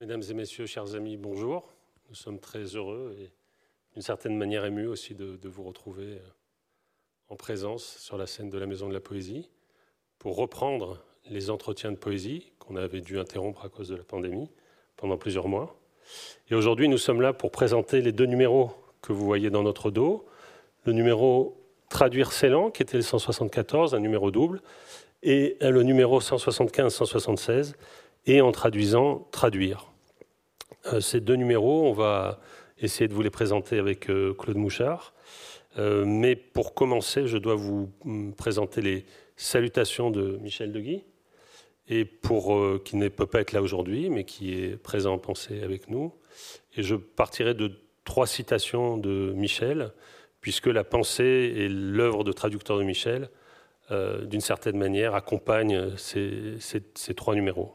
Mesdames et messieurs, chers amis, bonjour. Nous sommes très heureux et d'une certaine manière émus aussi de vous retrouver en présence sur la scène de la Maison de la Poésie pour reprendre les entretiens de poésie qu'on avait dû interrompre à cause de la pandémie pendant plusieurs mois. Et aujourd'hui, nous sommes là pour présenter les deux numéros que vous voyez dans notre dos. Le numéro Traduire Ceylan, qui était le 174, un numéro double, et le numéro 175-176, et en traduisant, Traduire. Ces deux numéros, on va essayer de vous les présenter avec Claude Mouchard. Mais pour commencer, je dois vous présenter les salutations de Michel Deguy, et qui ne peut pas être là aujourd'hui, mais qui est présent en pensée avec nous. Et je partirai de 3 citations de Michel, puisque la pensée et l'œuvre de traducteur de Michel, d'une certaine manière, accompagnent ces 3 numéros.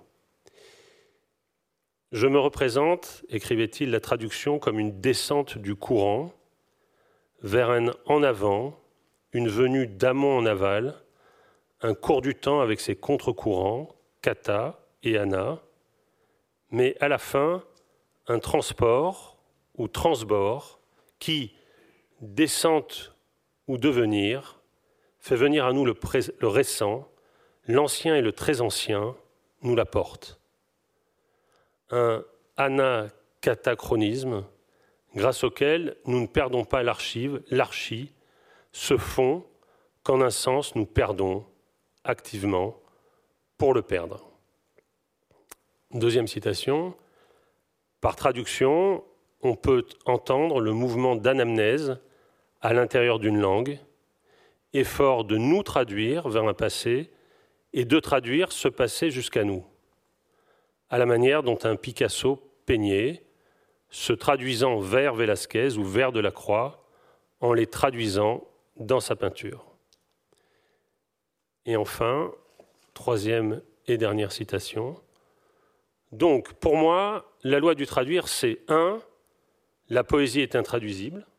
Je me représente, écrivait-il, la traduction comme une descente du courant vers un en avant, une venue d'amont en aval, un cours du temps avec ses contre-courants, kata et ana, mais à la fin, un transport ou transbord qui, descente ou devenir, fait venir à nous le récent, l'ancien et le très ancien nous l'apportent. Un anacatachronisme grâce auquel nous ne perdons pas l'archi, ce fond qu'en un sens nous perdons activement pour le perdre. Deuxième citation, par traduction, on peut entendre le mouvement d'anamnèse à l'intérieur d'une langue, effort de nous traduire vers un passé et de traduire ce passé jusqu'à nous, à la manière dont un Picasso peignait, se traduisant vers Velázquez ou vers Delacroix, en les traduisant dans sa peinture. Et enfin, troisième et dernière citation. Donc, pour moi, la loi du traduire, c'est 1, la poésie est intraduisible.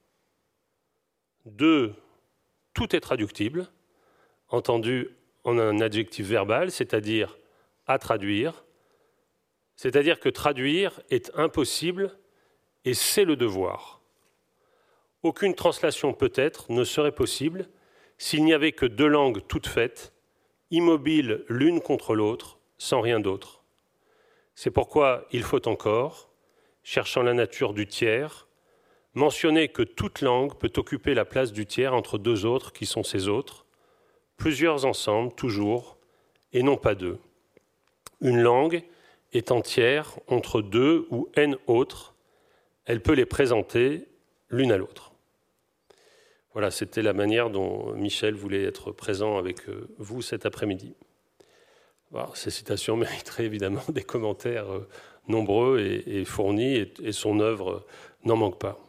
2, tout est traductible, entendu en un adjectif verbal, c'est-à-dire à traduire. C'est-à-dire que traduire est impossible et c'est le devoir. Aucune translation peut-être ne serait possible s'il n'y avait que 2 langues toutes faites, immobiles l'une contre l'autre, sans rien d'autre. C'est pourquoi il faut encore, cherchant la nature du tiers, mentionner que toute langue peut occuper la place du tiers entre 2 autres qui sont ses autres, plusieurs ensemble, toujours, et non pas 2. Une langue est entière entre 2 ou n autres, elle peut les présenter l'une à l'autre. Voilà, c'était la manière dont Michel voulait être présent avec vous cet après-midi. Alors, ces citations mériteraient évidemment des commentaires nombreux et fournis, et son œuvre n'en manque pas.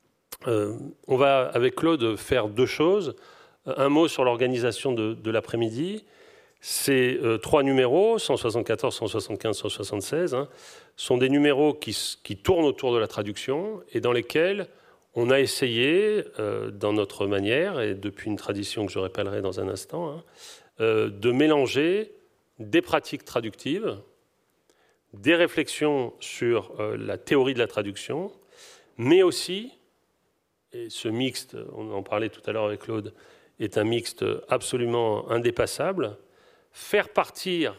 On va, avec Claude, faire 2 choses. Un mot sur l'organisation de l'après-midi. Ces 3 numéros, 174, 175, 176, sont des numéros qui tournent autour de la traduction et dans lesquels on a essayé, dans notre manière, et depuis une tradition que je rappellerai dans un instant, de mélanger des pratiques traductives, des réflexions sur la théorie de la traduction, mais aussi, et ce mixte, on en parlait tout à l'heure avec Claude, est un mixte absolument indépassable, faire partir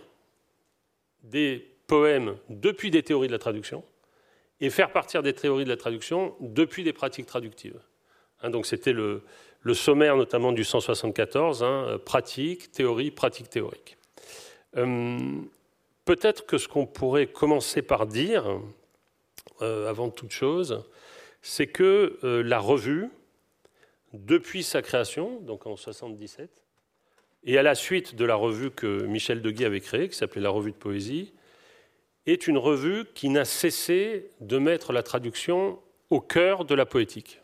des poèmes depuis des théories de la traduction et faire partir des théories de la traduction depuis des pratiques traductives. Donc c'était le sommaire notamment du 174, pratique, théorie, pratique théorique. Peut-être que ce qu'on pourrait commencer par dire, avant toute chose, c'est que la revue, depuis sa création, donc en 1977, et à la suite de la revue que Michel Deguy avait créée, qui s'appelait la Revue de Poésie, est une revue qui n'a cessé de mettre la traduction au cœur de la poétique.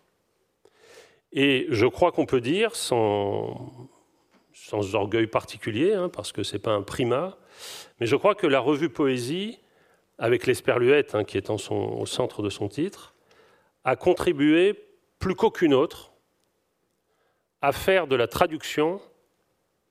Et je crois qu'on peut dire, sans orgueil particulier, parce que ce n'est pas un primat, mais je crois que la Revue Poésie, avec l'Esperluette, qui est au centre de son titre, a contribué plus qu'aucune autre à faire de la traduction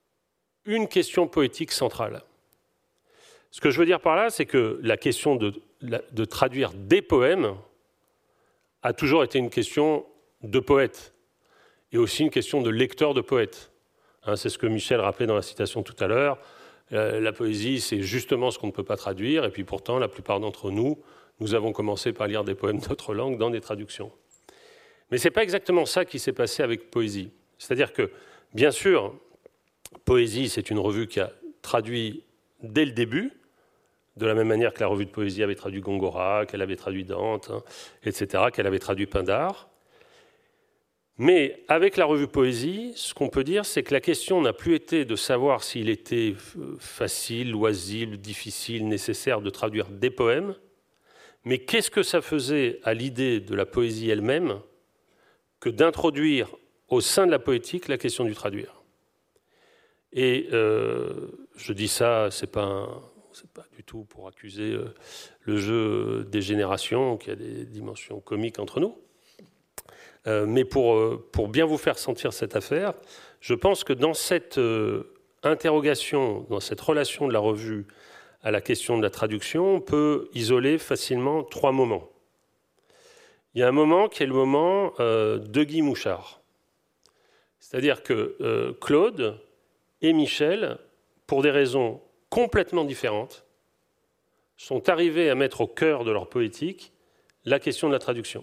une question poétique centrale. Ce que je veux dire par là, c'est que la question de de traduire des poèmes a toujours été une question de poète et aussi une question de lecteur de poète. C'est ce que Michel rappelait dans la citation tout à l'heure. La poésie, c'est justement ce qu'on ne peut pas traduire, et puis pourtant, la plupart d'entre nous, nous avons commencé par lire des poèmes d'autres langues dans des traductions. Mais ce n'est pas exactement ça qui s'est passé avec Poésie. C'est-à-dire que, bien sûr, Poésie, c'est une revue qui a traduit dès le début, de la même manière que la revue de poésie avait traduit Gongora, qu'elle avait traduit Dante, etc., qu'elle avait traduit Pindare. Mais avec la revue Poésie, ce qu'on peut dire, c'est que la question n'a plus été de savoir s'il était facile, loisible, difficile, nécessaire de traduire des poèmes, mais qu'est-ce que ça faisait à l'idée de la poésie elle-même que d'introduire au sein de la poétique la question du traduire. Et je dis ça, c'est pas du tout pour accuser le jeu des générations, qui a des dimensions comiques entre nous, mais pour bien vous faire sentir cette affaire, je pense que dans cette interrogation, dans cette relation de la revue à la question de la traduction, on peut isoler facilement 3 moments. Il y a un moment qui est le moment de Guy Mouchard. C'est-à-dire que Claude et Michel, pour des raisons complètement différentes, sont arrivés à mettre au cœur de leur poétique la question de la traduction.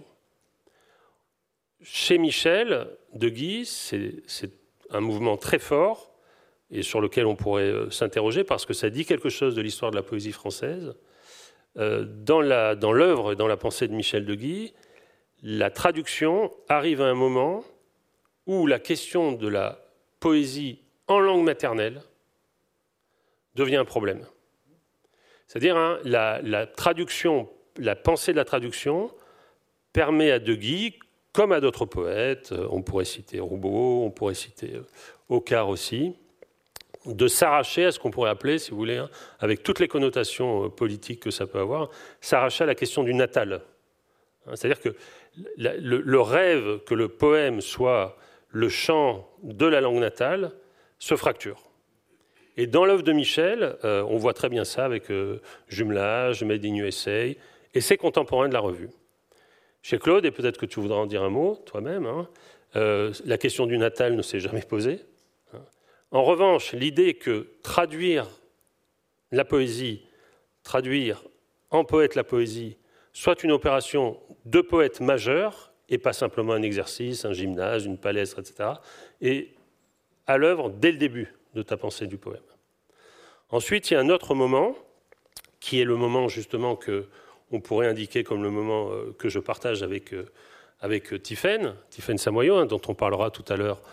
Chez Michel, de Guy, c'est un mouvement très fort et sur lequel on pourrait s'interroger parce que ça dit quelque chose de l'histoire de la poésie française. Dans l'œuvre et dans la pensée de Michel de Guy, la traduction arrive à un moment où la question de la poésie en langue maternelle devient un problème. C'est-à-dire la traduction, la pensée de la traduction permet à De Guy, comme à d'autres poètes, on pourrait citer Roubaud, on pourrait citer Ocar aussi, de s'arracher à ce qu'on pourrait appeler, si vous voulez, avec toutes les connotations politiques que ça peut avoir, s'arracher à la question du natal. C'est-à-dire que le rêve que le poème soit le chant de la langue natale se fracture. Et dans l'œuvre de Michel, on voit très bien ça avec Jumelage, Made in USA, et ses contemporains de la revue. Chez Claude, et peut-être que tu voudras en dire un mot toi-même, la question du natal ne s'est jamais posée. En revanche, l'idée que traduire la poésie, traduire en poète la poésie, soit une opération de poète majeur, et pas simplement un exercice, un gymnase, une palestre, etc., est à l'œuvre dès le début de ta pensée du poème. Ensuite, il y a un autre moment, qui est le moment justement qu'on pourrait indiquer comme le moment que je partage avec Tiffaine Samoyau, dont on parlera tout à l'heure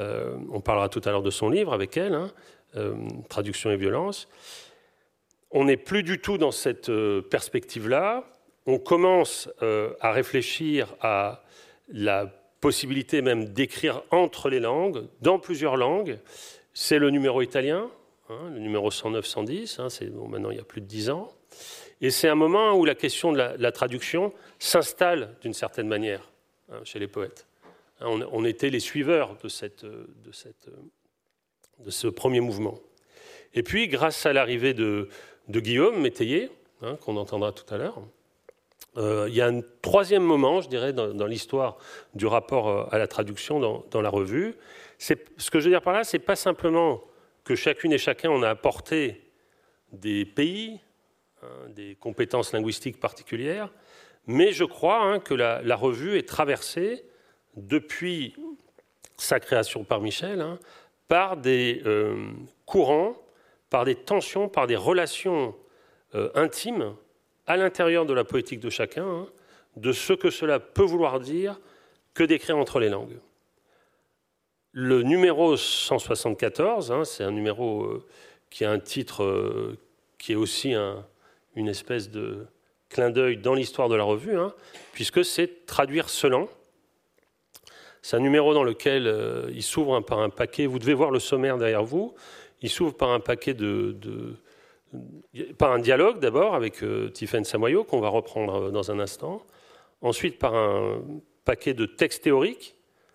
de son livre avec elle, Traduction et violence. On n'est plus du tout dans cette perspective-là. On commence à réfléchir à la possibilité même d'écrire entre les langues, dans plusieurs langues. C'est le numéro italien, le numéro 109-110, maintenant il y a plus de 10 ans. Et c'est un moment où la question de la traduction s'installe d'une certaine manière chez les poètes. On était les suiveurs de ce premier mouvement. Et puis, grâce à l'arrivée de Guillaume Métayer, qu'on entendra tout à l'heure, il y a un troisième moment, je dirais, dans l'histoire du rapport à la traduction dans la revue. Ce que je veux dire par là, ce n'est pas simplement que chacune et chacun on a apporté des pays, des compétences linguistiques particulières, mais je crois que la revue est traversée, depuis sa création par Michel, par des courants, par des tensions, par des relations intimes à l'intérieur de la poétique de chacun, de ce que cela peut vouloir dire que d'écrire entre les langues. Le numéro 174, c'est un numéro qui a un titre qui est aussi une espèce de clin d'œil dans l'histoire de la revue, puisque c'est Traduire Celan. C'est un numéro dans lequel il s'ouvre par un paquet, vous devez voir le sommaire derrière vous, il s'ouvre par un paquet par un dialogue d'abord avec Tiffaine Samoyau, qu'on va reprendre dans un instant, ensuite par un paquet de textes théoriques,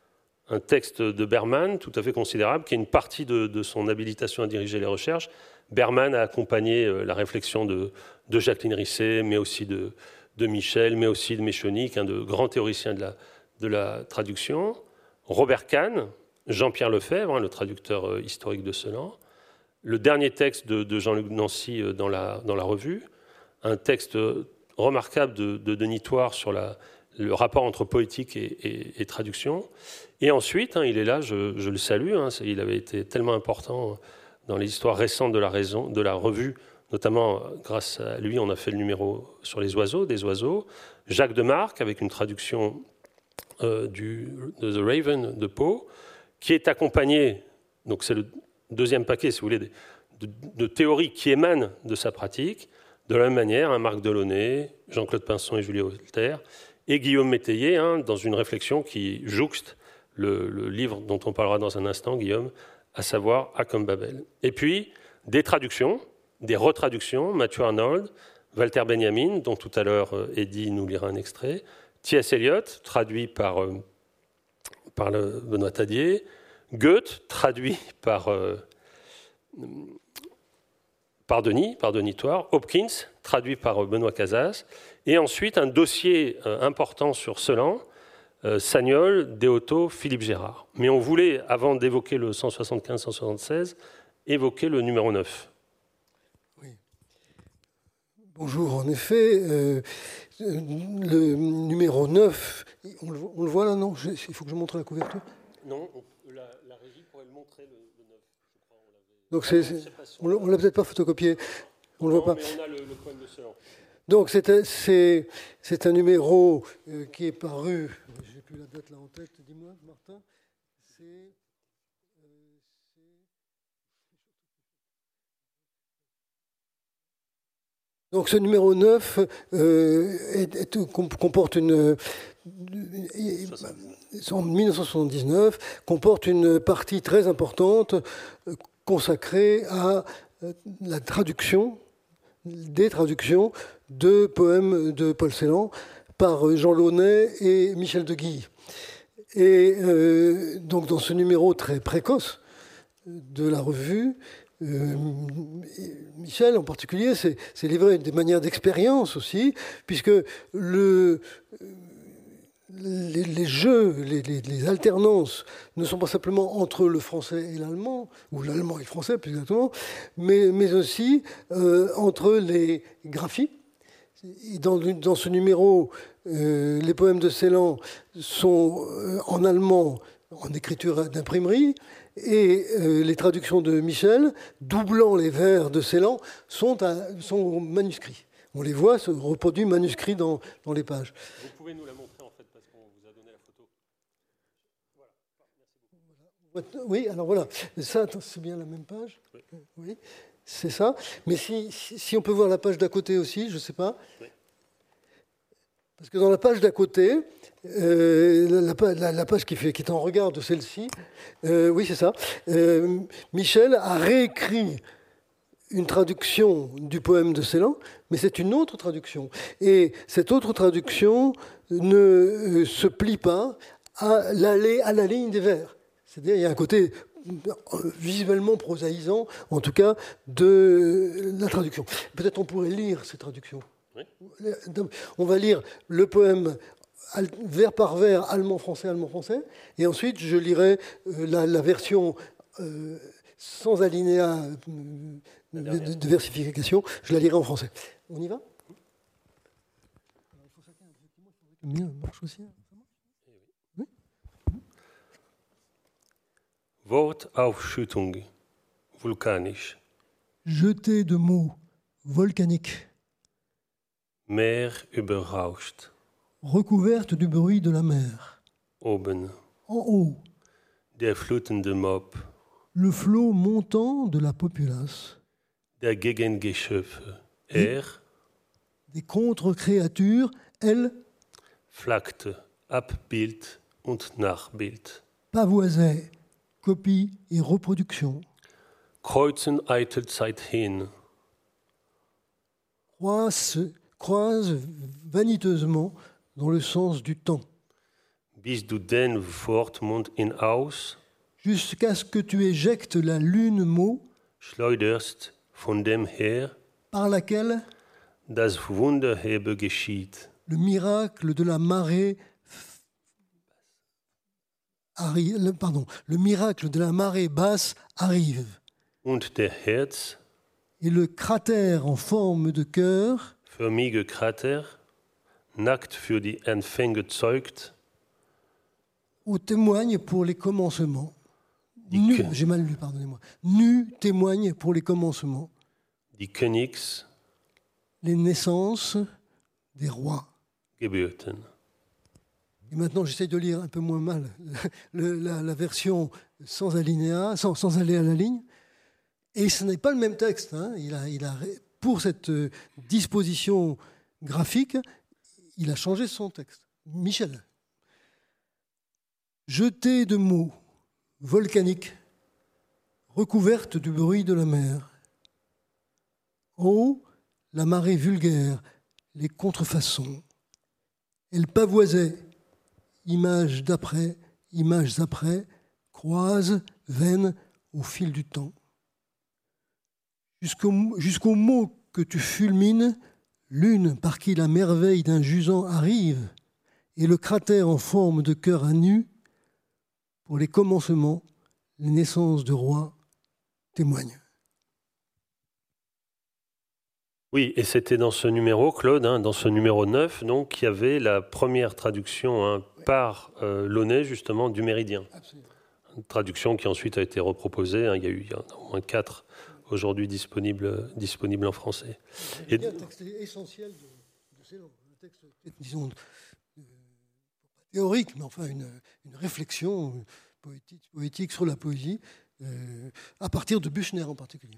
un texte de Berman tout à fait considérable, qui est une partie de son habilitation à diriger les recherches. Berman a accompagné la réflexion de Jacqueline Risset, mais aussi de Michel, mais aussi de Méchonic, un de grands théoriciens de la traduction. Robert Kahn, Jean-Pierre Lefebvre, le traducteur historique de Celan. Le dernier texte de Jean-Luc Nancy dans la revue, un texte remarquable de Denis Thouars sur le rapport entre poétique et traduction. Et ensuite, il est là, je le salue, il avait été tellement important dans l'histoire récente de la revue, notamment grâce à lui, on a fait le numéro sur les oiseaux, des oiseaux. Jacques Demarque, avec une traduction de The Raven de Poe, qui est accompagné, donc c'est le deuxième paquet, si vous voulez, de théories qui émanent de sa pratique. De la même manière, Marc Delaunay, Jean-Claude Pinson et Julie Voltaire, et Guillaume Métayer, dans une réflexion qui jouxte le livre dont on parlera dans un instant, Guillaume, à savoir A comme Babel. Et puis, des traductions, des retraductions, Matthew Arnold, Walter Benjamin, dont tout à l'heure Eddy nous lira un extrait, T.S. Eliot, traduit par Benoît Tadier, Goethe, traduit par Denis Thouars, Hopkins, traduit par Benoît Casas, et ensuite un dossier important sur Celan, Sagnol, Déoto, Philippe Gérard. Mais on voulait, avant d'évoquer le 175-176, évoquer le numéro 9. Oui. Bonjour, en effet, le numéro 9, on le voit là, non? Il faut que je montre la couverture. Non, la régie pourrait le montrer, le 9. Je crois, on l'a Donc on l'a peut-être pas photocopié, on le voit pas. Mais on a le poème de Celan. Donc c'est un numéro qui est paru, j'ai plus la date là en tête, dis-moi Martin, donc ce numéro 9 comporte en 1979, comporte une partie très importante consacrée à la traduction, des traductions de poèmes de Paul Celan par Jean Launay et Michel de Guy. Et donc dans ce numéro très précoce de la revue, Michel en particulier s'est livré des manières d'expérience aussi, puisque les jeux, les alternances ne sont pas simplement entre le français et l'allemand, ou l'allemand et le français plus exactement, mais aussi entre les graphies. Dans ce numéro, les poèmes de Celan sont en allemand, en écriture d'imprimerie, et les traductions de Michel, doublant les vers de Celan, sont manuscrits. On les voit se reproduits manuscrits dans les pages. Vous pouvez nous la montrer en fait parce qu'on vous a donné la photo. Voilà. Oui, alors voilà. Ça, c'est bien la même page. Oui, c'est ça. Mais si on peut voir la page d'à côté aussi, je ne sais pas. Oui. Parce que dans la page d'à côté, la page qui est en regard de celle-ci, oui, c'est ça. Michel a réécrit une traduction du poème de Celan, mais c'est une autre traduction. Et cette autre traduction ne se plie pas à la ligne des vers. C'est-à-dire, il y a un côté visuellement prosaïsant, en tout cas, de la traduction. Peut-être on pourrait lire ces traductions. Oui. On va lire le poème vers par vers, allemand-français, et ensuite je lirai la version sans alinéa de versification, je la lirai en français. On y va ? Le mien marche aussi. Oui. Wortaufschüttung, vulkanisch. Jeter de mots, volcanique. Meer überrauscht. Recouverte du bruit de la mer. Oben. En haut. Der flutende Mob. Le flot montant de la populace. Der Gegengeschöpfe. Des contre-créatures, elles. Flackte, Abbild und Nachbild. Pavoisait, copie et reproduction. Kreuzen eitel Zeit hin. Croise vaniteusement dans le sens du temps. bis du den Wortmund in aus, jusqu'à ce que tu éjectes la lune mot schleuderst von dem her, par laquelle das Wunderhebe geschieht. le miracle de la marée le miracle de la marée basse arrive. Und der Herz, Et le cratère en forme de cœur, förmige Krater, nackt für die Anfänge zeugt, témoigne pour les commencements. Nu, j'ai mal lu, pardonnez-moi. Nu témoigne pour les commencements, die Königs, les naissances des rois. Geburten. Et maintenant, j'essaie de lire un peu moins mal la version sans alinéa, sans aller à la ligne. Et ce n'est pas le même texte. Hein. Pour cette disposition graphique, il a changé son texte. Michel. Jetée de mots volcaniques, recouverte du bruit de la mer. En haut, la marée vulgaire, les contrefaçons. Elle pavoisait, images après, croise, vaine au fil du temps. Jusqu'au mot que tu fulmines, lune par qui la merveille d'un jusant arrive, et le cratère en forme de cœur à nu, pour les commencements, les naissances de rois témoignent. Oui, et c'était dans ce numéro, Claude, hein, dans ce numéro 9, donc, qu'il y avait la première traduction par Launay, justement, du Méridien. Absolument. Une traduction qui ensuite a été reproposée. Hein, il y en a au moins 4 aujourd'hui disponibles en français. C'est un texte essentiel de Celan, un texte, disons, théorique, mais enfin une réflexion poétique sur la poésie, à partir de Büchner en particulier.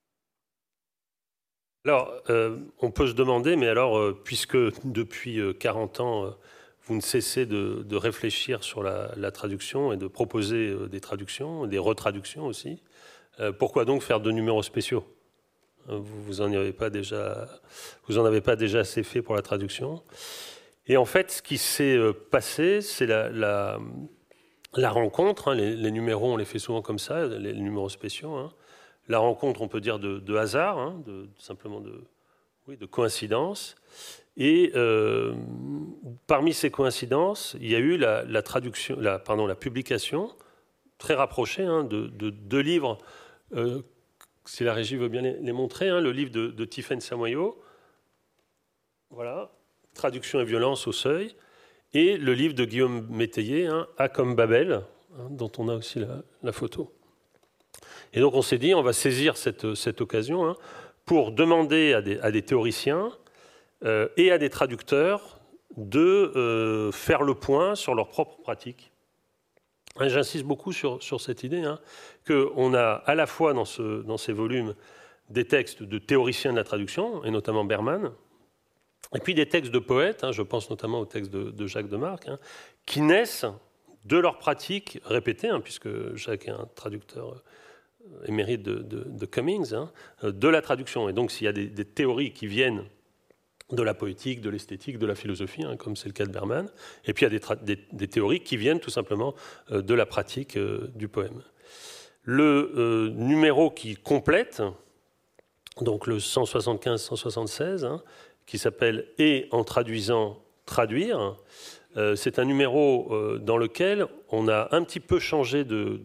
Alors, on peut se demander, mais alors, puisque depuis 40 ans, vous ne cessez de réfléchir sur la traduction et de proposer des traductions, des retraductions aussi, pourquoi donc faire 2 numéros spéciaux ? Vous en avez pas déjà assez fait pour la traduction. Et en fait, ce qui s'est passé, c'est la rencontre. Hein, les numéros, on les fait souvent comme ça, les numéros spéciaux. Hein. La rencontre, on peut dire, de hasard, hein, simplement de coïncidence. Et parmi ces coïncidences, il y a eu la publication très rapprochée hein, de 2 livres. Si la régie veut bien les montrer, hein, le livre de Tiphaine Samoyau, voilà, Traduction et violence au seuil, et le livre de Guillaume Métayer, hein, A comme Babel, hein, dont on a aussi la photo. Et donc on s'est dit, on va saisir cette occasion hein, pour demander à des théoriciens et à des traducteurs de faire le point sur leur propre pratique. Et j'insiste beaucoup sur cette idée hein, qu'on a à la fois dans ces volumes des textes de théoriciens de la traduction, et notamment Berman, et puis des textes de poètes, hein, je pense notamment au texte de Jacques de Marck, hein, qui naissent de leur pratique répétée, hein, puisque Jacques est un traducteur émérite de Cummings, hein, de la traduction. Et donc s'il y a des théories qui viennent de la poétique, de l'esthétique, de la philosophie, hein, comme c'est le cas de Berman, et puis il y a des théories qui viennent tout simplement de la pratique du poème. Le numéro qui complète, donc le 175-176, hein, qui s'appelle « Et en traduisant, traduire », c'est un numéro dans lequel on a un petit peu changé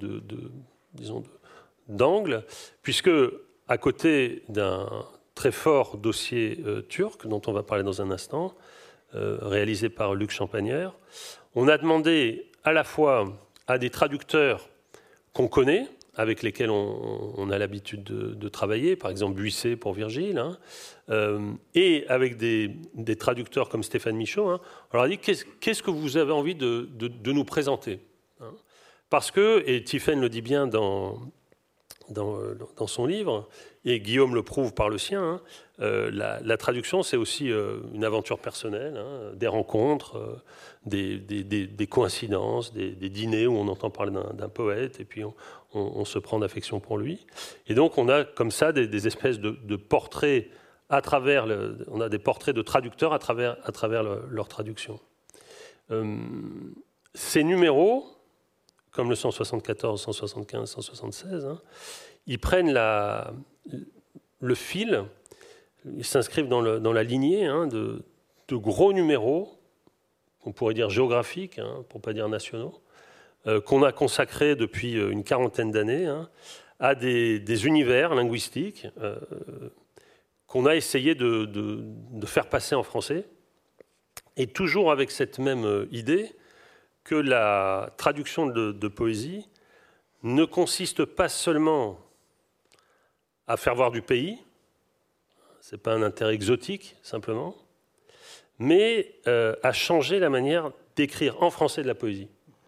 d'angle, puisque à côté d'un très fort dossier turc, dont on va parler dans un instant, réalisé par Luc Champagnère, on a demandé à la fois à des traducteurs qu'on connaît, avec lesquels on a l'habitude de travailler, par exemple Buisset pour Virgile, hein, et avec des traducteurs comme Stéphane Michaud, hein, on leur a dit qu'est-ce que vous avez envie de nous présenter hein. Parce que, et Tiphaine le dit bien dans son livre, et Guillaume le prouve par le sien, hein, la traduction, c'est aussi une aventure personnelle, hein, des rencontres, des coïncidences, des dîners où on entend parler d'un poète, et puis on se prend d'affection pour lui. Et donc, on a comme ça des espèces de portraits à travers... on a des portraits de traducteurs à travers leur traduction. ces numéros, comme le 174, 175, 176, ils prennent le fil, ils s'inscrivent dans la lignée de gros numéros, on pourrait dire géographiques, pour ne pas dire nationaux, qu'on a consacrés depuis une quarantaine d'années à des univers linguistiques qu'on a essayé de faire passer en français, et toujours avec cette même idée que la traduction de poésie ne consiste pas seulement à faire voir du pays, ce n'est pas un intérêt exotique simplement, mais à changer la manière d'écrire en français de la poésie.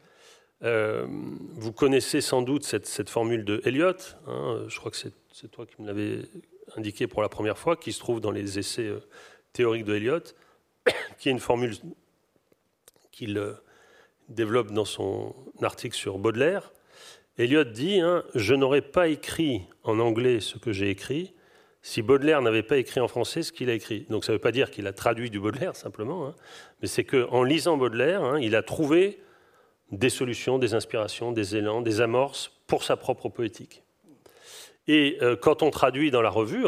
Vous connaissez sans doute cette formule de Eliot, je crois que c'est toi qui me l'avais indiqué pour la première fois, qui se trouve dans les essais théoriques de Eliot, qui est une formule qu'il développe dans son article sur Baudelaire. Eliot dit « Je n'aurais pas écrit en anglais ce que j'ai écrit si Baudelaire n'avait pas écrit en français ce qu'il a écrit. » Donc ça ne veut pas dire qu'il a traduit du Baudelaire simplement, mais c'est qu'en lisant Baudelaire, il a trouvé des solutions, des inspirations, des élans, des amorces pour sa propre poétique. Et quand on traduit dans la revue,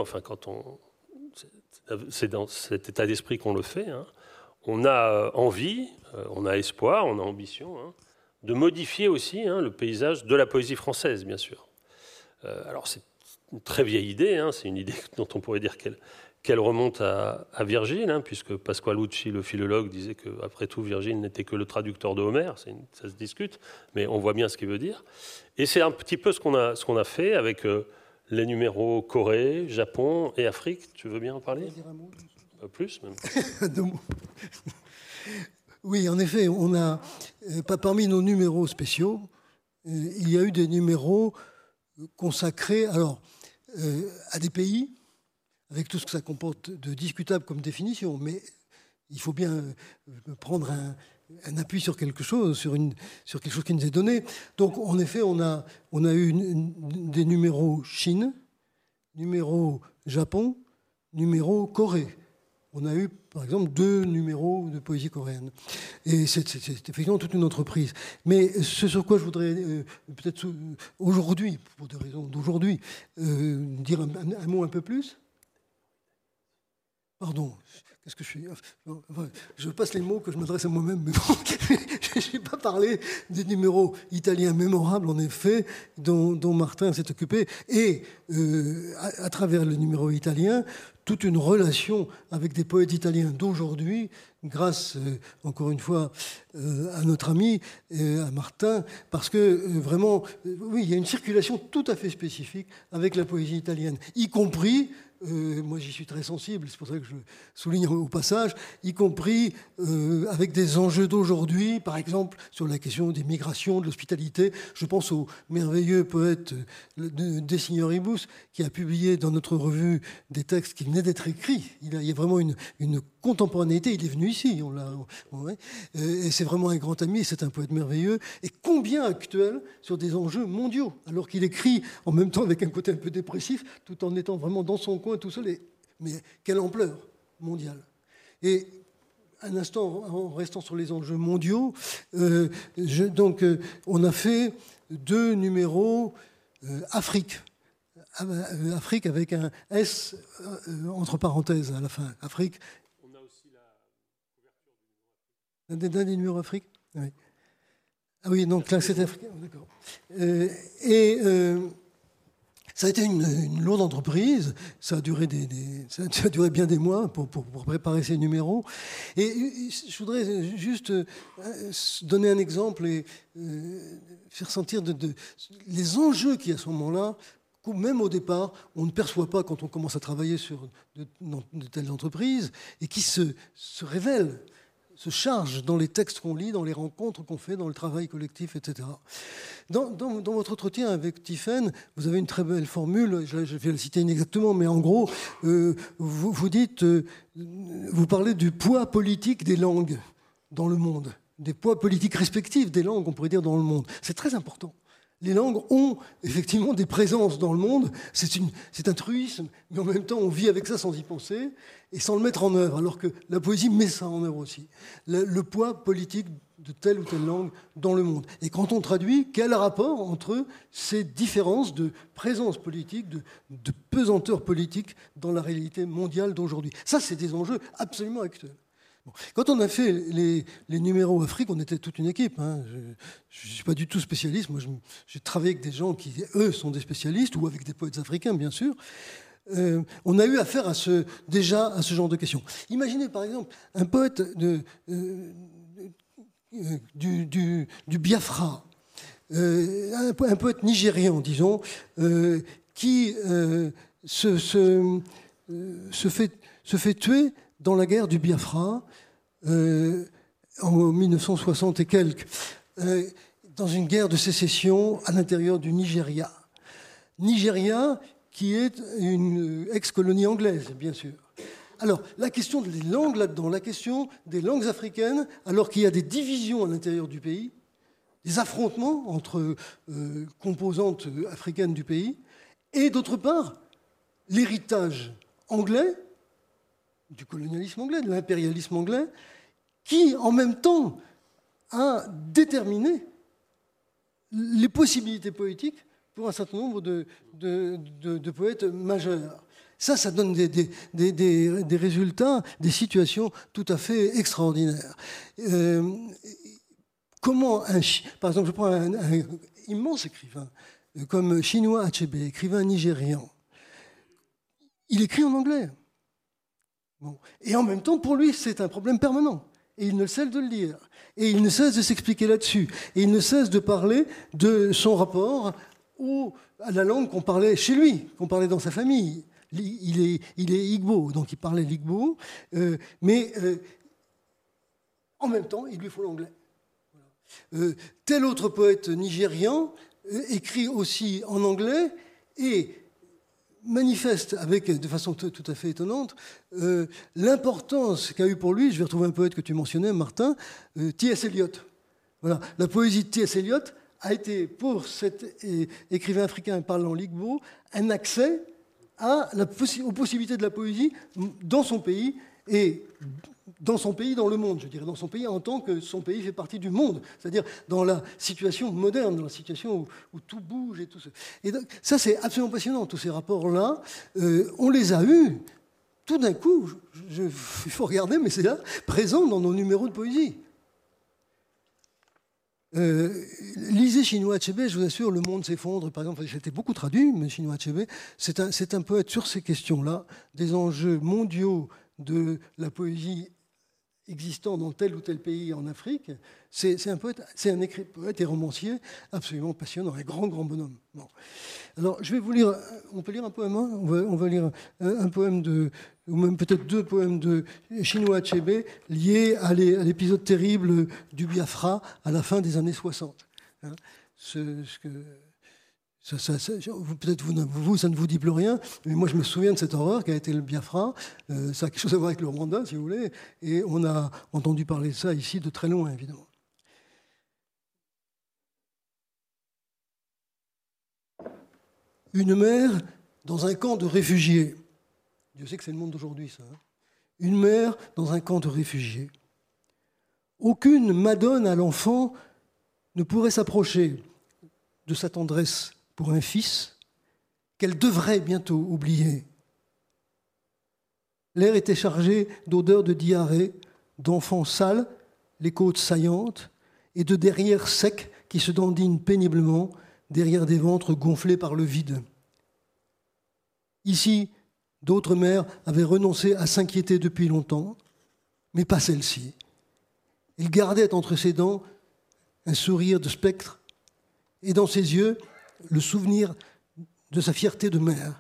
c'est dans cet état d'esprit qu'on le fait, on a envie, on a espoir, on a ambition de modifier aussi le paysage de la poésie française, bien sûr. Alors c'est une très vieille idée, c'est une idée dont on pourrait dire qu'elle remonte à Virgile, puisque Pasqualucci, le philologue, disait qu'après tout, Virgile n'était que le traducteur de Homère, ça se discute, mais on voit bien ce qu'il veut dire. Et c'est un petit peu ce qu'on a fait avec les numéros Corée, Japon et Afrique. Tu veux bien en parler ? Plus, même. Deux mots. Oui, en effet, on a, parmi nos numéros spéciaux, il y a eu des numéros consacrés à des pays, avec tout ce que ça comporte de discutable comme définition, mais il faut bien prendre un appui sur quelque chose, sur quelque chose qui nous est donné. Donc, en effet, on a eu des numéros Chine, numéros Japon, numéros Corée. On a eu, par exemple, 2 numéros de poésie coréenne. Et c'est effectivement toute une entreprise. Mais ce sur quoi je voudrais peut-être aujourd'hui, pour des raisons d'aujourd'hui, dire un mot un peu plus. Pardon, qu'est-ce que je suis ? Je passe les mots que je m'adresse à moi-même, mais bon, je n'ai pas parlé des numéros italiens mémorables, en effet, dont Martin s'est occupé. Et à travers le numéro italien, toute une relation avec des poètes italiens d'aujourd'hui, grâce, encore une fois, à notre ami, à Martin, parce que vraiment, oui, il y a une circulation tout à fait spécifique avec la poésie italienne, y compris, moi j'y suis très sensible, c'est pour ça que je souligne au passage, y compris avec des enjeux d'aujourd'hui, par exemple sur la question des migrations, de l'hospitalité. Je pense au merveilleux poète De Signoribus, qui a publié dans notre revue des textes qui venaient d'être écrits. Il y a vraiment une contemporanéité, il est venu ici, et c'est vraiment un grand ami, c'est un poète merveilleux, et combien actuel sur des enjeux mondiaux, alors qu'il écrit en même temps avec un côté un peu dépressif, tout en étant vraiment dans son coin tout seul, mais quelle ampleur mondiale. Et un instant, en restant sur les enjeux mondiaux, on a fait 2 numéros Afrique. Afrique avec un S entre parenthèses à la fin. Afrique. On a aussi la couverture d'un des numéros Afrique. Oui. Ah oui, donc là c'est africain. D'accord. Ça a été une lourde entreprise. Ça a duré bien des mois pour préparer ces numéros. Et je voudrais juste donner un exemple et faire sentir les enjeux qui à ce moment-là, même au départ, on ne perçoit pas quand on commence à travailler sur de telles entreprises, et qui se révèlent, se chargent dans les textes qu'on lit, dans les rencontres qu'on fait, dans le travail collectif, etc. Dans votre entretien avec Tiphaine, vous avez une très belle formule, je vais la citer inexactement, mais en gros, vous dites, vous parlez du poids politique des langues dans le monde, des poids politiques respectifs des langues, on pourrait dire, dans le monde. C'est très important. Les langues ont effectivement des présences dans le monde, c'est un truisme, mais en même temps on vit avec ça sans y penser et sans le mettre en œuvre, alors que la poésie met ça en œuvre aussi. Le poids politique de telle ou telle langue dans le monde. Et quand on traduit, quel rapport entre ces différences de présence politique, de pesanteur politique dans la réalité mondiale d'aujourd'hui? Ça, c'est des enjeux absolument actuels. Bon. Quand on a fait les numéros Afrique, on était toute une équipe. Hein. Je ne suis pas du tout spécialiste. Moi, j'ai travaillé avec des gens qui, eux, sont des spécialistes, ou avec des poètes africains, bien sûr. On a eu affaire déjà à ce genre de questions. Imaginez, par exemple, un poète du Biafra, un poète nigérian, disons, qui se fait tuer dans la guerre du Biafra en 1960 et quelques, dans une guerre de sécession à l'intérieur du Nigeria. Nigeria qui est une ex-colonie anglaise, bien sûr. Alors, la question des langues là-dedans, la question des langues africaines, alors qu'il y a des divisions à l'intérieur du pays, des affrontements entre composantes africaines du pays, et d'autre part, l'héritage anglais, du colonialisme anglais, de l'impérialisme anglais, qui, en même temps, a déterminé les possibilités poétiques pour un certain nombre de poètes majeurs. Ça donne des résultats, des situations tout à fait extraordinaires. Par exemple, je prends un immense écrivain comme Chinua Achebe, écrivain nigérian. Il écrit en anglais. Bon. Et en même temps, pour lui, c'est un problème permanent. Et il ne cesse de le dire. Et il ne cesse de s'expliquer là-dessus. Et il ne cesse de parler de son rapport à la langue qu'on parlait chez lui, qu'on parlait dans sa famille. Il est Igbo, donc il parlait l'Igbo, mais en même temps, il lui faut l'anglais. Voilà. Tel autre poète nigérian écrit aussi en anglais et manifeste de façon tout à fait étonnante l'importance qu'a eu pour lui, je vais retrouver un poète que tu mentionnais, Martin, T.S. Eliot. Voilà. La poésie de T.S. Eliot a été, pour cet écrivain africain parlant l'Igbo, un accès aux possibilités de la poésie dans son pays, et dans son pays, dans le monde, je dirais, dans son pays en tant que son pays fait partie du monde, c'est-à-dire dans la situation moderne, dans la situation où tout bouge et tout ça. Et donc, ça, c'est absolument passionnant, tous ces rapports-là. On les a eus, tout d'un coup, il faut regarder, mais c'est là, présent dans nos numéros de poésie. Lisez Chinua Achebe, je vous assure, le monde s'effondre. Par exemple, j'ai été beaucoup traduit, mais Chinua Achebe, c'est un poète sur ces questions-là, des enjeux mondiaux de la poésie existant dans tel ou tel pays en Afrique. C'est un poète et romancier absolument passionnant, un grand bonhomme. Bon. Alors, je vais vous lire, on peut lire un poème, hein, on va lire un poème ou même peut-être deux poèmes de Chinua Achebe liés à l'épisode terrible du Biafra à la fin des années 60. Hein, peut-être vous, ça ne vous dit plus rien, mais moi je me souviens de cette horreur qui a été le Biafra. Ça a quelque chose à voir avec le Rwanda, si vous voulez, et on a entendu parler de ça ici de très loin, évidemment. Une mère dans un camp de réfugiés. Dieu sait que c'est le monde d'aujourd'hui, ça. Hein. Une mère dans un camp de réfugiés. Aucune madone à l'enfant ne pourrait s'approcher de sa tendresse pour un fils qu'elle devrait bientôt oublier. L'air était chargé d'odeurs de diarrhée, d'enfants sales, les côtes saillantes, et de derrières secs qui se dandinent péniblement derrière des ventres gonflés par le vide. Ici, d'autres mères avaient renoncé à s'inquiéter depuis longtemps, mais pas celle-ci. Elle gardait entre ses dents un sourire de spectre, et dans ses yeux, le souvenir de sa fierté de mère.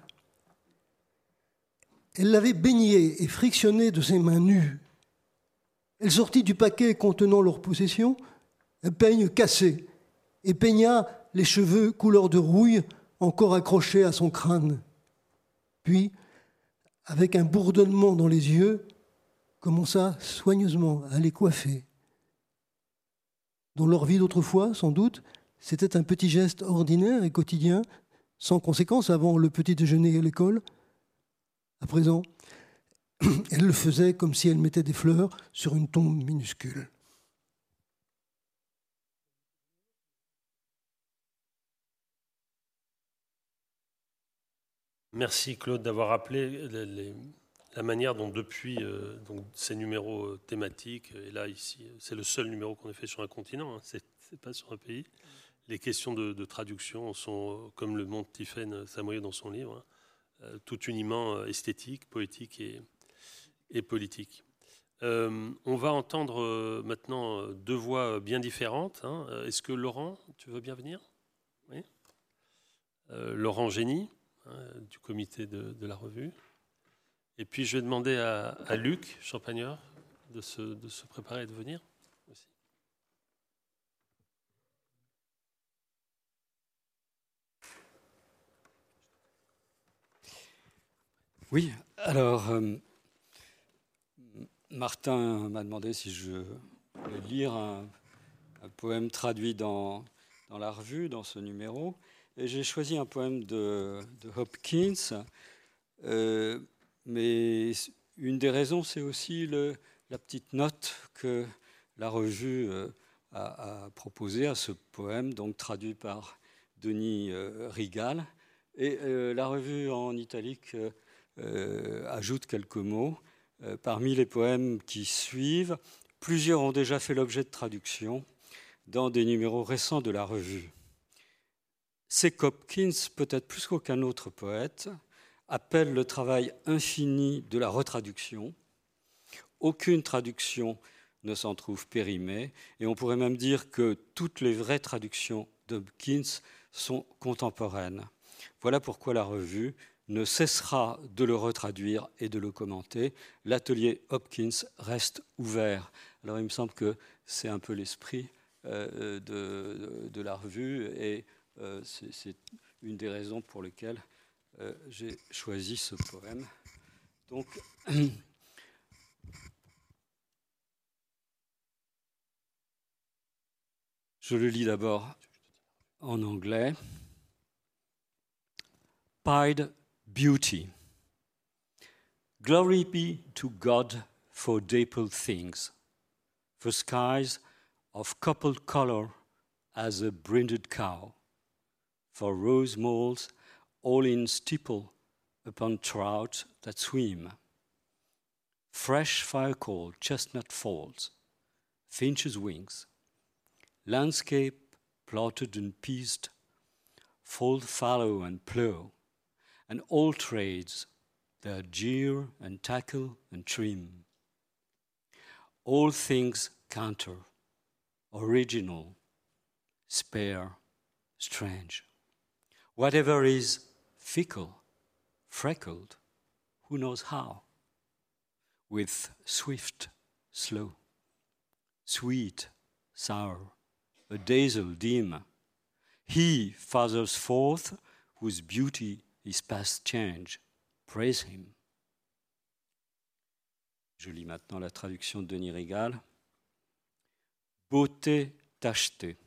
Elle l'avait baignée et frictionnée de ses mains nues. Elle sortit du paquet contenant leur possession un peigne cassé et peigna les cheveux couleur de rouille encore accrochés à son crâne. Puis, avec un bourdonnement dans les yeux, commença soigneusement à les coiffer. Dans leur vie d'autrefois, sans doute, c'était un petit geste ordinaire et quotidien, sans conséquence avant le petit déjeuner à l'école. À présent, elle le faisait comme si elle mettait des fleurs sur une tombe minuscule. Merci Claude d'avoir rappelé la manière dont depuis donc ces numéros thématiques, et là ici c'est le seul numéro qu'on ait fait sur un continent, hein, c'est pas sur un pays, les questions de traduction sont, comme le montre Tiffaine Samoyer dans son livre, tout uniment esthétique, poétique et politique. On va entendre maintenant deux voix bien différentes. Hein. Est-ce que Laurent, tu veux bien venir? Oui. Laurent Génie, du comité de la revue. Et puis je vais demander à Luc Champagneur de se préparer et de venir aussi. Oui, alors Martin m'a demandé si je voulais lire un poème traduit dans la revue, dans ce numéro. Et j'ai choisi un poème de Hopkins. Mais une des raisons, c'est aussi la petite note que la revue a proposée à ce poème, donc traduit par Denis Rigal. Et la revue en italique ajoute quelques mots. Parmi les poèmes qui suivent, plusieurs ont déjà fait l'objet de traduction dans des numéros récents de la revue. C'est qu'Hopkins, peut-être plus qu'aucun autre poète, appelle le travail infini de la retraduction. Aucune traduction ne s'en trouve périmée, et on pourrait même dire que toutes les vraies traductions d'Hopkins sont contemporaines. Voilà pourquoi la revue ne cessera de le retraduire et de le commenter. L'atelier Hopkins reste ouvert. Alors il me semble que c'est un peu l'esprit de la revue, et c'est une des raisons pour lesquelles j'ai choisi ce poème. Donc, je le lis d'abord en anglais. Pied Beauty. Glory be to God for dappled things, for skies of coupled color as a brinded cow, for rose moles all in steeple upon trout that swim, fresh firecoal chestnut folds, finches' wings, landscape plotted and pieced, fold fallow and plough, and all trades, their jeer and tackle and trim. All things counter, original, spare, strange. Whatever is fickle, freckled, who knows how? With swift, slow, sweet, sour, a dazzle dim, he fathers forth whose beauty is past change. Praise him. Je lis maintenant la traduction de Denis Rigal. Beauté tachetée.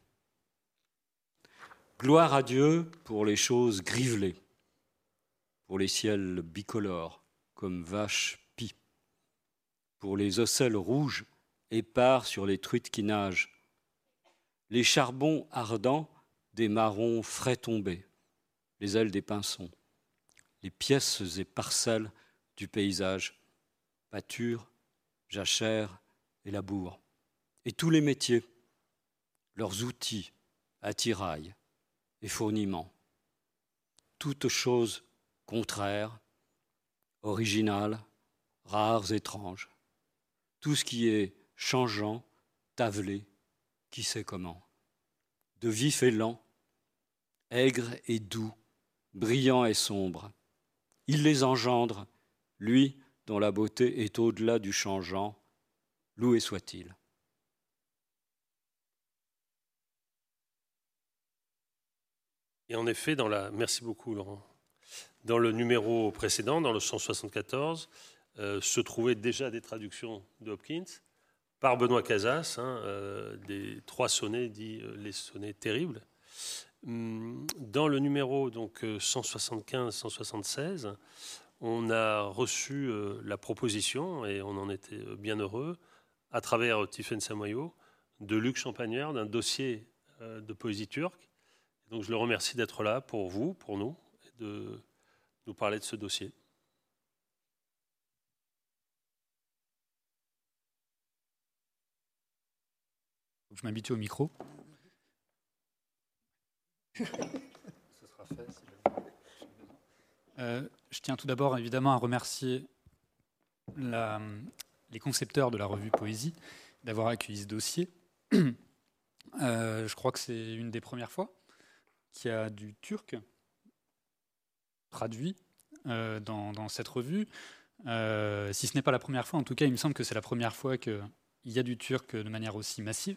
Gloire à Dieu pour les choses grivelées, pour les ciels bicolores comme vaches pie, pour les ocelles rouges épars sur les truites qui nagent, les charbons ardents des marrons frais tombés, les ailes des pinsons, les pièces et parcelles du paysage, pâture, jachère et labour, et tous les métiers, leurs outils, attirails et fourniments, toutes choses contraires, originales, rares, étranges, tout ce qui est changeant, tavelé, qui sait comment, de vif et lent, aigre et doux, brillant et sombre. Il les engendre, lui dont la beauté est au-delà du changeant, loué soit-il. Et en effet, merci beaucoup Laurent. Dans le numéro précédent, dans le 174, se trouvaient déjà des traductions de Hopkins par Benoît Casas, des 3 sonnets dits les sonnets terribles. Dans le numéro donc 175-176, on a reçu la proposition, et on en était bien heureux, à travers Tiffaine Samoyer, de Luc Champagneur, d'un dossier de poésie turque. Donc je le remercie d'être là pour vous, pour nous, et de nous parler de ce dossier. Je m'habitue au micro. Ce sera fait. Je tiens tout d'abord évidemment à remercier les concepteurs de la revue Poésie d'avoir accueilli ce dossier. Je crois que c'est une des premières fois qu'il y a du turc traduit dans cette revue. Si ce n'est pas la première fois, en tout cas, il me semble que c'est la première fois qu'il y a du turc de manière aussi massive.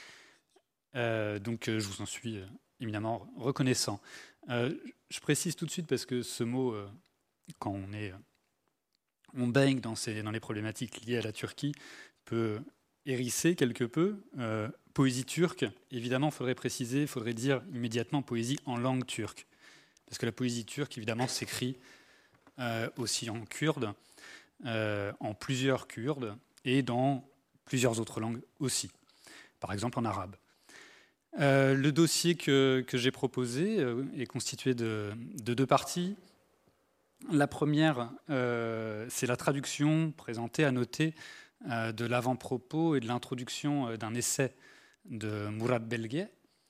Donc je vous en suis éminemment reconnaissant. Je précise tout de suite parce que ce mot, quand on baigne dans les problématiques liées à la Turquie, peut hérisser quelque peu. Poésie turque, évidemment, il faudrait dire immédiatement poésie en langue turque. Parce que la poésie turque, évidemment, s'écrit aussi en kurde, en plusieurs kurdes, et dans plusieurs autres langues aussi, par exemple en arabe. Le dossier que j'ai proposé est constitué de deux parties. La première, c'est la traduction présentée, annotée, de l'avant-propos et de l'introduction d'un essai de Murat Belge.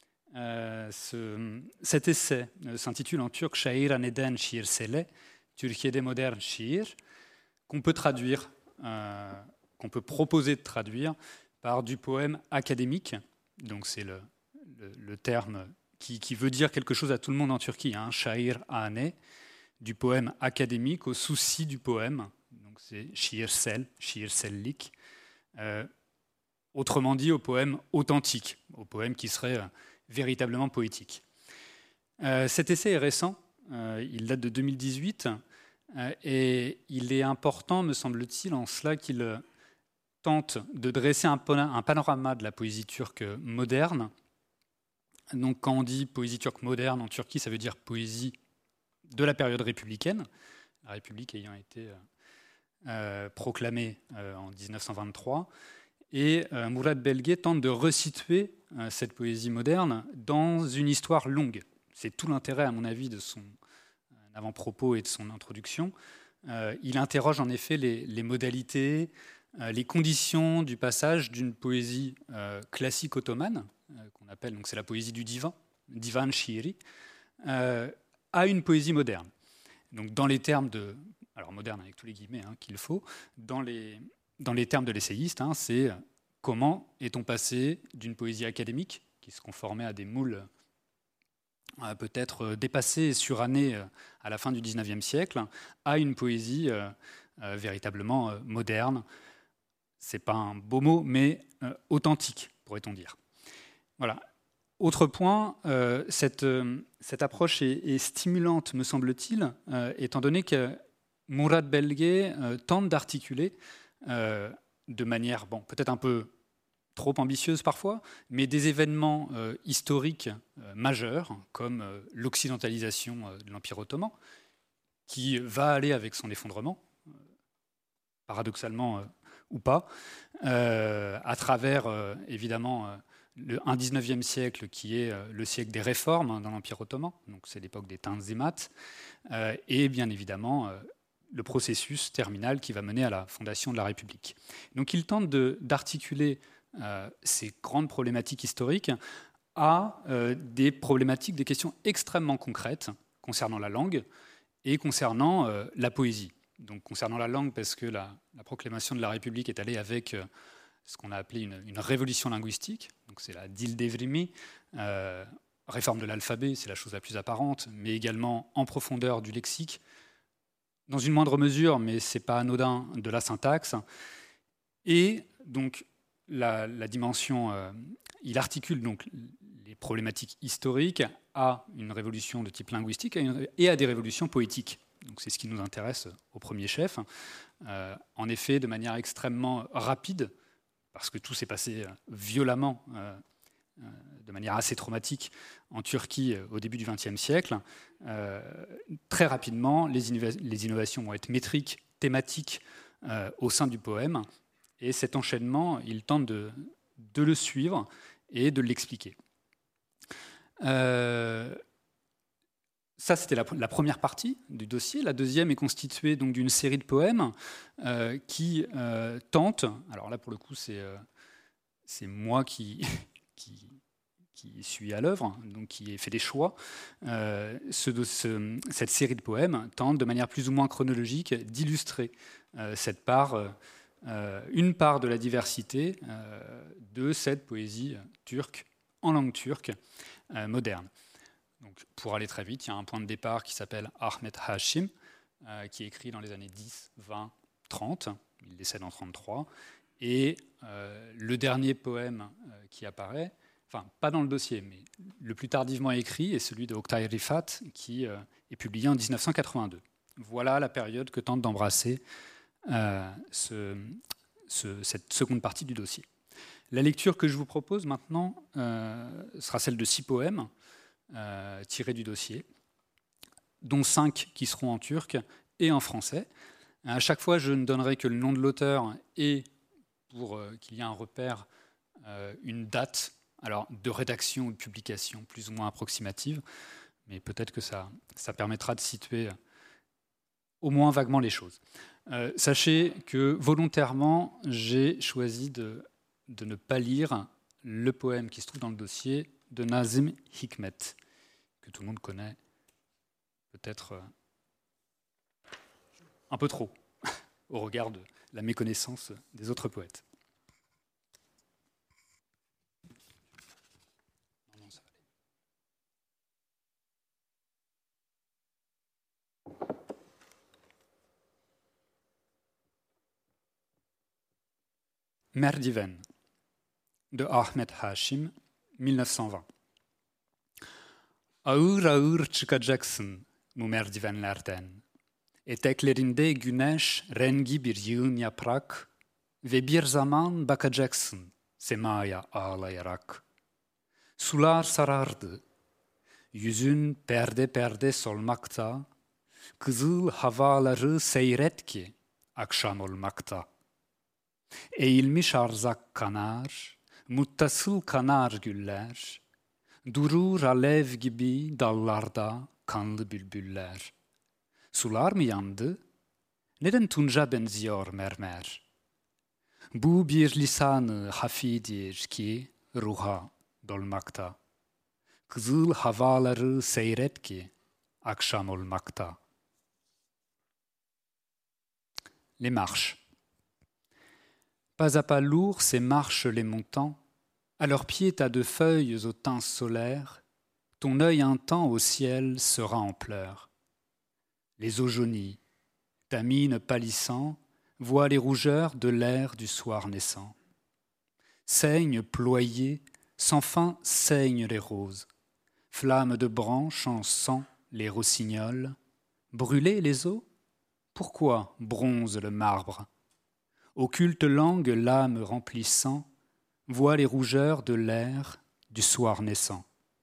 Cet essai s'intitule en turc Şair Neden Şiir Sele, Türkiye'de moderne şiir, qu'on peut traduire, qu'on peut proposer de traduire par du poème académique. Donc c'est le terme qui veut dire quelque chose à tout le monde en Turquie, hein, Şair Hane, du poème académique au souci du poème. Donc c'est şiirsel, şiirsellik. Autrement dit, au poème authentique, au poème qui serait véritablement poétique. Cet essai est récent, il date de 2018, et il est important, me semble-t-il, en cela qu'il tente de dresser un panorama de la poésie turque moderne. Donc quand on dit poésie turque moderne en Turquie, ça veut dire poésie de la période républicaine, la République ayant été proclamée en 1923. Et Murat Belge tente de resituer cette poésie moderne dans une histoire longue. C'est tout l'intérêt, à mon avis, de son avant-propos et de son introduction. Il interroge en effet les modalités, les conditions du passage d'une poésie classique ottomane, qu'on appelle, donc c'est la poésie du divan, divan shiri, à une poésie moderne. Donc dans les termes de, alors moderne avec tous les guillemets qu'il faut, dans les termes de l'essayiste, c'est comment est-on passé d'une poésie académique qui se conformait à des moules peut-être dépassés et surannés à la fin du XIXe siècle, à une poésie véritablement moderne. Ce n'est pas un beau mot, mais authentique, pourrait-on dire. Voilà. Autre point, cette approche est stimulante, me semble-t-il, étant donné que Murat Belge tente d'articuler de manière, peut-être un peu trop ambitieuse parfois, mais des événements historiques majeurs, comme l'occidentalisation de l'Empire ottoman, qui va aller avec son effondrement, paradoxalement ou pas, à travers, évidemment, un 19e siècle qui est le siècle des réformes dans l'Empire ottoman, donc c'est l'époque des Tanzimat, et bien évidemment le processus terminal qui va mener à la fondation de la République. Donc il tente d'articuler ces grandes problématiques historiques à des problématiques, des questions extrêmement concrètes concernant la langue et concernant la poésie. Donc concernant la langue, parce que la proclamation de la République est allée avec ce qu'on a appelé une révolution linguistique, donc c'est la Dil Devrimi, réforme de l'alphabet, c'est la chose la plus apparente, mais également en profondeur du lexique, dans une moindre mesure, mais ce n'est pas anodin, de la syntaxe. Et donc la dimension, il articule donc les problématiques historiques à une révolution de type linguistique et à des révolutions poétiques. Donc c'est ce qui nous intéresse au premier chef. En effet, de manière extrêmement rapide, parce que tout s'est passé violemment, de manière assez traumatique en Turquie au début du XXe siècle. Très rapidement, les innovations vont être métriques, thématiques au sein du poème. Et cet enchaînement, il tente de le suivre et de l'expliquer. Ça, c'était la première partie du dossier. La deuxième est constituée donc d'une série de poèmes qui tentent, alors là pour le coup c'est moi qui suis à l'œuvre, donc qui ai fait des choix. Cette série de poèmes tente de manière plus ou moins chronologique d'illustrer une part de la diversité de cette poésie turque, en langue turque, moderne. Donc, pour aller très vite, il y a un point de départ qui s'appelle Ahmet Hashim, qui est écrit dans les années 10, 20, 30. Il décède en 1933. Et le dernier poème qui apparaît, enfin, pas dans le dossier, mais le plus tardivement écrit, est celui de Oktay Rifat, qui est publié en 1982. Voilà la période que tente d'embrasser cette seconde partie du dossier. La lecture que je vous propose maintenant sera celle de 6 poèmes tirés du dossier, dont 5 qui seront en turc et en français. À chaque fois, je ne donnerai que le nom de l'auteur et, pour qu'il y ait un repère, une date de rédaction ou de publication plus ou moins approximative, mais peut-être que ça permettra de situer au moins vaguement les choses. Sachez que volontairement, j'ai choisi de ne pas lire le poème qui se trouve dans le dossier de Nazım Hikmet, que tout le monde connaît peut-être un peu trop, au regard de la méconnaissance des autres poètes. Merdiven de Ahmet Hashim, 1920. Ağır ağır çıkacaksın bu merdivenlerden. Eteklerinde güneş rengi bir yığın yaprak ve bir zaman bakacaksın semaya ağlayarak. Sular sarardı, yüzün perde perde solmakta, kızıl havaları seyret ki akşam olmakta. Eğilmiş arzak kanar, muttasıl kanar güller, durur alev gibi dallarda kanlı bülbüller. Sular mı yandı? Neden tunca benziyor mermer? Bu bir lisanı hafidir ki ruha dolmakta. Kızıl havaları seyret ki akşam olmakta. Les marches. Pas à pas lourds, ces marches les montants, à leurs pieds tas de feuilles aux teints solaires, ton œil un temps au ciel sera en pleurs. Les eaux jaunies, ta mine pâlissant, voit les rougeurs de l'air du soir naissant. Saignent ployés, sans fin saignent les roses, flammes de branches en sang les rossignols. Brûler les eaux? Pourquoi bronze le marbre? Occulte langue l'âme remplissant, voit les rougeurs de l'air du soir naissant.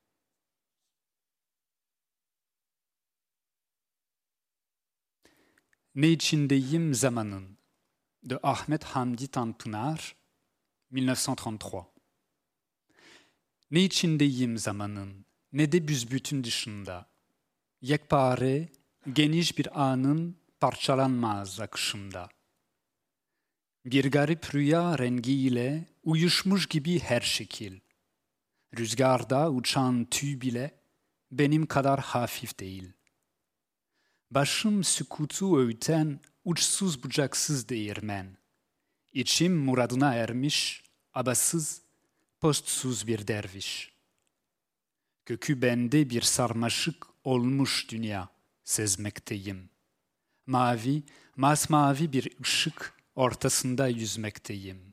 Ne içindeyim zamanın de Ahmet Hamdi Tanpınar, 1933. Ne içindeyim zamanın, ne de büsbütün dışında. Yekpare, geniş bir anın parçalanmaz akışında. Bir garip rüya rengiyle uyuşmuş gibi her şekil. Rüzgarda uçan tüy bile benim kadar hafif değil. Başım sükutu öğüten uçsuz bucaksız değirmen. İçim muradına ermiş, abasız, postsuz bir derviş. Kökü bende bir sarmaşık olmuş dünya sezmekteyim. Mavi, masmavi bir ışık ortasında yüzmekteyim.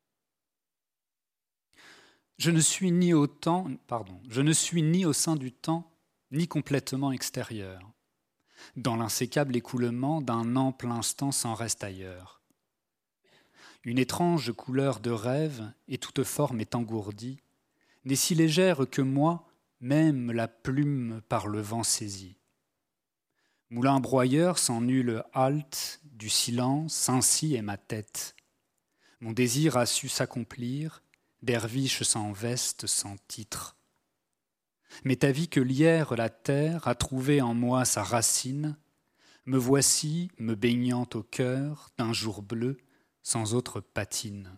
Je ne suis ni au sein du temps, ni complètement extérieur. Dans l'insécable écoulement d'un ample instant sans reste ailleurs. Une étrange couleur de rêve, et toute forme est engourdie, n'est si légère que moi, même la plume par le vent saisie. Moulin broyeur sans nulle halte, du silence, ainsi est ma tête. Mon désir a su s'accomplir, derviche sans veste, sans titre. M'est avis que l'hier la terre a trouvé en moi sa racine, me voici me baignant au cœur d'un jour bleu sans autre patine.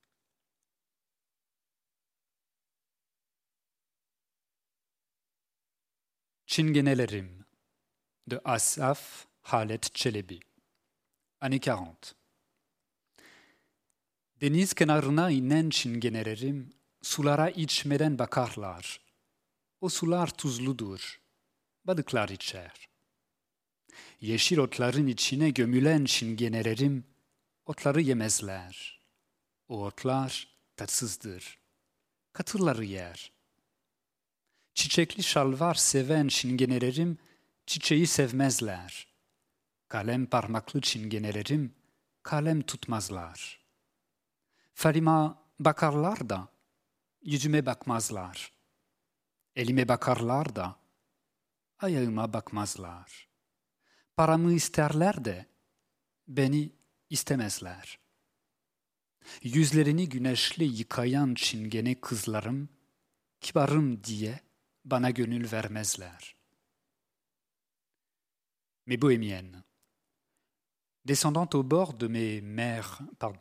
Çingenelerim de Asaf Halet Çelebi. Année 40. Deniz kenarına inen çingenelerim sulara içmeden bakarlar. O sular tuzludur. Balıklar içer. Yeşil otların içine gömülen çingenelerim otları yemezler. O otlar tatsızdır. Katırları yer. Çiçekli şalvar seven çingenelerim çiçeği sevmezler. Kalem parmaklı çingenelerim kalem tutmazlar. Falima bakarlar da yüzüme bakmazlar. Elime bakarlar da ayağıma bakmazlar. Paramı isterler de beni istemezler. Yüzlerini güneşle yıkayan çingene kızlarım kibarım diye bana gönül vermezler. Mes bohémiennes, descendant au bord des mers,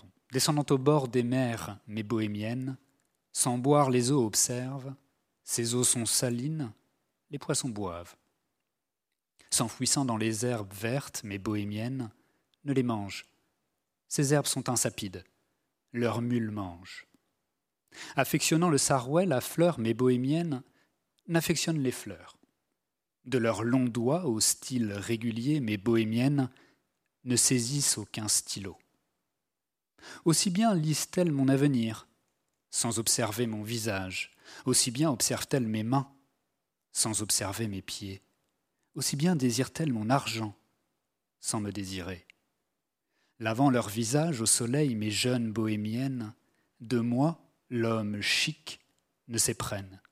mes bohémiennes, sans boire les eaux observent, ces eaux sont salines, les poissons boivent. S'enfouissant dans les herbes vertes, mes bohémiennes, ne les mangent. Ces herbes sont insapides, leurs mules mangent. Affectionnant le sarouel, la fleur, mes bohémiennes, n'affectionnent les fleurs. De leurs longs doigts au style régulier, mes bohémiennes ne saisissent aucun stylo. Aussi bien lisent-elles mon avenir, sans observer mon visage, aussi bien observent-elles mes mains, sans observer mes pieds, aussi bien désirent-elles mon argent, sans me désirer. Lavant leur visage au soleil, mes jeunes bohémiennes, de moi, l'homme chic, ne s'éprennent.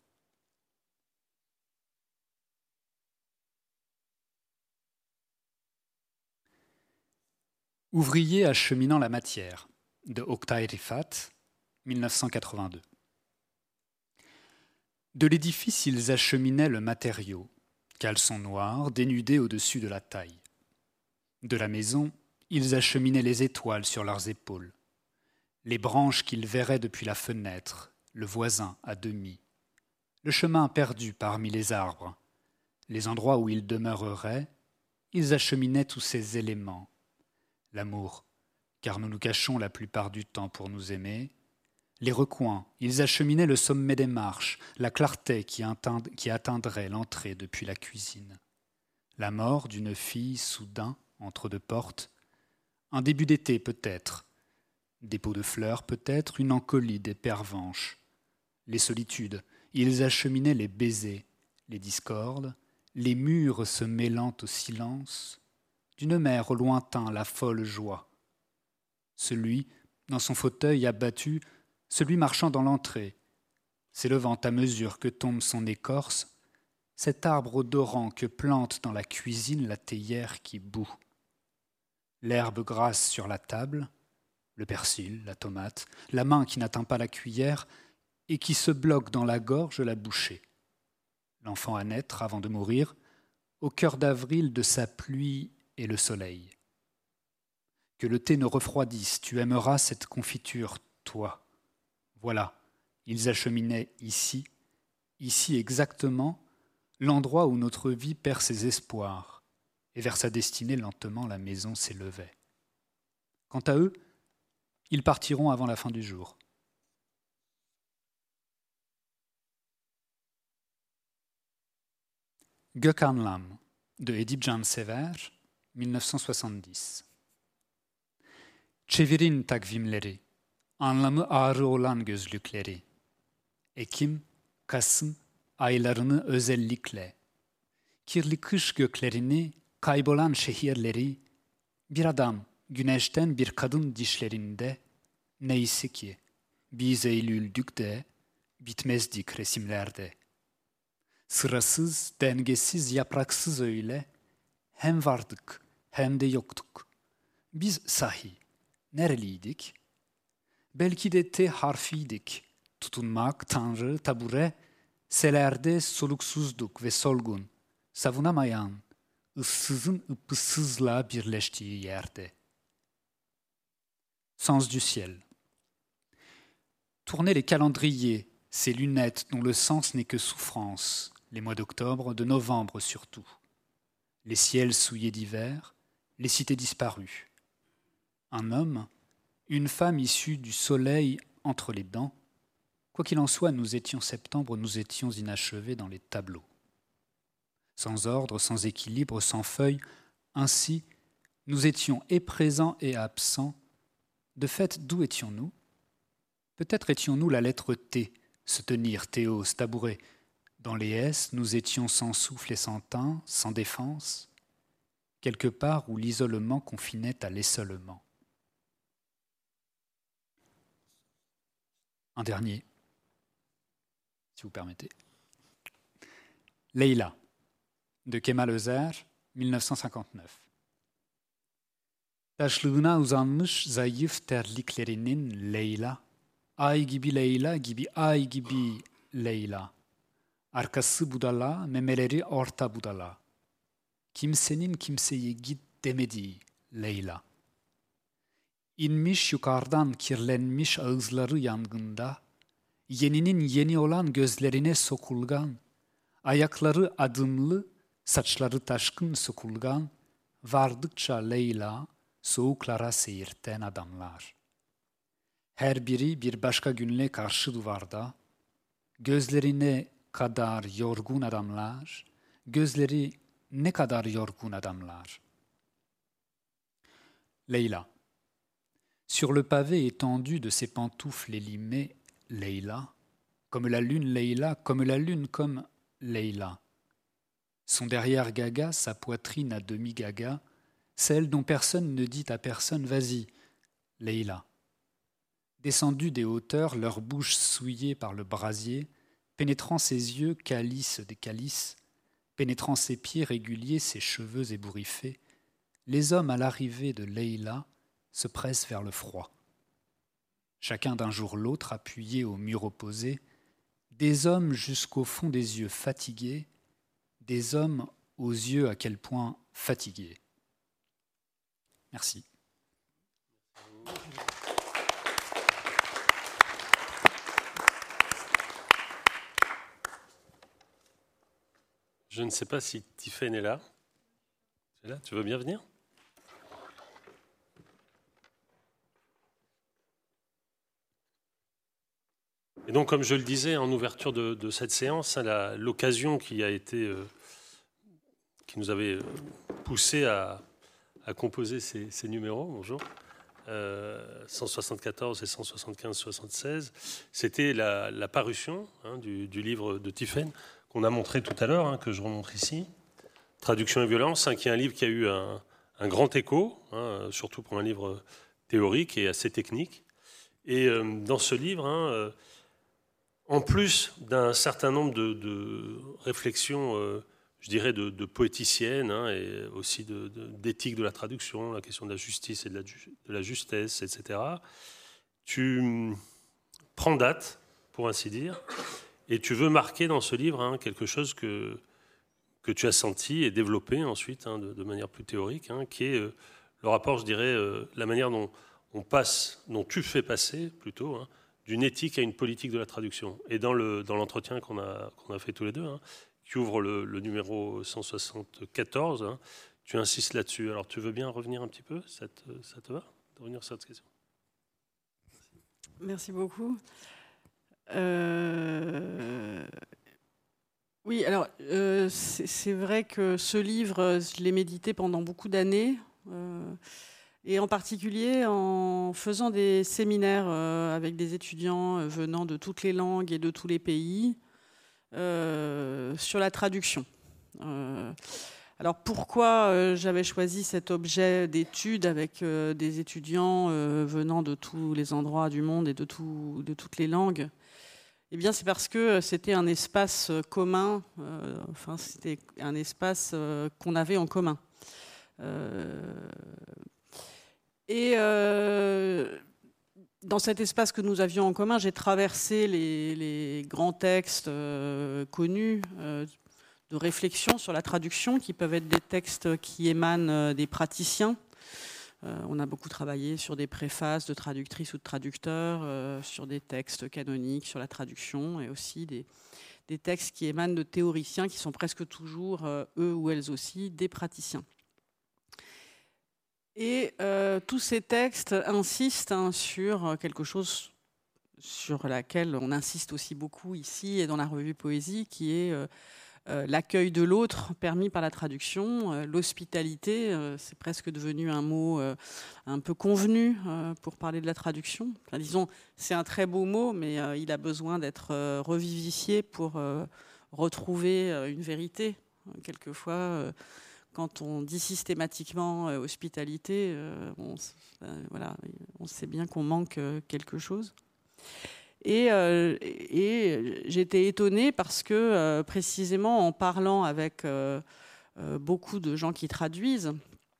Ouvrier acheminant la matière, de Oktay Rifat, 1982. De l'édifice, ils acheminaient le matériau, caleçon noir, dénudé au-dessus de la taille. De la maison, ils acheminaient les étoiles sur leurs épaules, les branches qu'ils verraient depuis la fenêtre, le voisin à demi, le chemin perdu parmi les arbres, les endroits où ils demeureraient, ils acheminaient tous ces éléments. L'amour, car nous nous cachons la plupart du temps pour nous aimer. Les recoins, ils acheminaient le sommet des marches, la clarté qui atteindrait l'entrée depuis la cuisine. La mort d'une fille soudain entre deux portes, un début d'été peut-être, des pots de fleurs peut-être, une encolie des pervenches. Les solitudes, ils acheminaient les baisers, les discordes, les murs se mêlant au silence, d'une mer au lointain la folle joie. Celui, dans son fauteuil abattu, celui marchant dans l'entrée, s'élevant à mesure que tombe son écorce, cet arbre odorant que plante dans la cuisine la théière qui bout. L'herbe grasse sur la table, le persil, la tomate, la main qui n'atteint pas la cuillère et qui se bloque dans la gorge la bouchée. L'enfant à naître avant de mourir, au cœur d'avril de sa pluie et le soleil. Que le thé ne refroidisse, tu aimeras cette confiture, toi. Voilà, ils acheminaient ici exactement, l'endroit où notre vie perd ses espoirs, et vers sa destinée lentement la maison s'élevait. Quant à eux, ils partiront avant la fin du jour. Gökhanlam de Edip Cansever, 1970. Çevirin takvimleri, anlamı ağrı olan gözlükleri. Ekim, Kasım aylarını özellikle. Kirli kış göklerini, kaybolan şehirleri, bir adam güneşten bir kadın dişlerinde, neyse ki biz Eylül'dük de bitmezdik resimlerde. Sırasız, dengesiz, yapraksız öyle, hem vardık hem de yoktuk. Biz sahi nereliydik? Belki de T harfiydik. Tutunmak, tanrı, tabure, selerde soluksuzluk ve solgun, savunamayan, ıssızın ıpıssızla birleştiği yerde. Sens du ciel. Tournez les calendriers, ces lunettes dont le sens n'est que souffrance, les mois d'octobre, de novembre surtout. Les ciels souillés d'hiver, les cités disparues. Un homme, une femme issue du soleil entre les dents. Quoi qu'il en soit, nous étions septembre, nous étions inachevés dans les tableaux. Sans ordre, sans équilibre, sans feuilles, ainsi, nous étions et présents et absents. De fait, d'où étions-nous? Peut-être étions-nous la lettre T, se tenir, théos, tabouret. Dans les S, nous étions sans souffle et sans teint, sans défense, quelque part où l'isolement confinait à l'essolement. Un dernier, si vous permettez. Leyla, de Kemal Özer, 1959. Taşlığına uzanmış zayıf terliklerinin Leyla, ay gibi Leyla gibi ay gibi Leyla. Arkası budala, memeleri orta budala. Kimsenin kimseyi git demediği Leyla. İnmiş yukarıdan kirlenmiş ağızları yangında, yeninin yeni olan gözlerine sokulgan, ayakları adımlı, saçları taşkın sokulgan, vardıkça Leyla, soğuklara seyirten adamlar. Her biri bir başka günle karşı duvarda, gözlerine kadar yorgun adamlar, gözleri ne kadar yorgun adamlar. Leyla. Sur le pavé étendu de ses pantoufles élimées, Leyla, comme la lune, comme Leyla. Son derrière gaga, sa poitrine à demi gaga, celle dont personne ne dit à personne « vas-y, Leyla ». Descendus des hauteurs, leur bouche souillée par le brasier, pénétrant ses yeux, calices des calices, pénétrant ses pieds réguliers, ses cheveux ébouriffés, les hommes à l'arrivée de Leyla se pressent vers le froid. Chacun d'un jour l'autre appuyé au mur opposé, des hommes jusqu'au fond des yeux fatigués, des hommes aux yeux à quel point fatigués. Merci. Je ne sais pas si Tiffaine est là. Tu es là? Tu veux bien venir? Et donc, comme je le disais en ouverture de cette séance, l'occasion qui nous avait poussé à composer ces numéros, bonjour, 174 et 175-76, c'était la parution du livre de Tiffaine qu'on a montré tout à l'heure, que je remontre ici, Traduction et violence, qui est un livre qui a eu un grand écho, surtout pour un livre théorique et assez technique. Et dans ce livre, en plus d'un certain nombre de réflexions, je dirais, de poéticiennes, et aussi d'éthique de la traduction, la question de la justice et de la justesse, etc., tu prends date, pour ainsi dire, et tu veux marquer dans ce livre quelque chose que tu as senti et développé ensuite de manière plus théorique, qui est le rapport, je dirais, la manière dont dont tu fais passer plutôt, d'une éthique à une politique de la traduction. Et dans l'entretien qu'on a fait tous les deux, qui ouvre le numéro 174, tu insistes là-dessus. Alors tu veux bien revenir un petit peu? Ça te va de revenir sur cette question? Merci beaucoup. Oui, alors c'est vrai que ce livre, je l'ai médité pendant beaucoup d'années, et en particulier en faisant des séminaires avec des étudiants venant de toutes les langues et de tous les pays sur la traduction. Alors pourquoi j'avais choisi cet objet d'étude avec des étudiants venant de tous les endroits du monde et de toutes les langues? Eh bien, c'est parce que c'était un espace commun, c'était un espace qu'on avait en commun. Et dans cet espace que nous avions en commun, j'ai traversé les grands textes connus de réflexion sur la traduction, qui peuvent être des textes qui émanent des praticiens. On a beaucoup travaillé sur des préfaces de traductrices ou de traducteurs, sur des textes canoniques, sur la traduction, et aussi des textes qui émanent de théoriciens qui sont presque toujours, eux ou elles aussi, des praticiens. Et tous ces textes insistent sur quelque chose sur laquelle on insiste aussi beaucoup ici et dans la revue Poésie, qui est l'accueil de l'autre permis par la traduction. L'hospitalité, c'est presque devenu un mot un peu convenu pour parler de la traduction. Enfin, disons, c'est un très beau mot, mais il a besoin d'être revivifié pour retrouver une vérité. Quelquefois, quand on dit systématiquement hospitalité, voilà, on sait bien qu'on manque quelque chose. Et j'étais étonnée parce que, précisément, en parlant avec beaucoup de gens qui traduisent,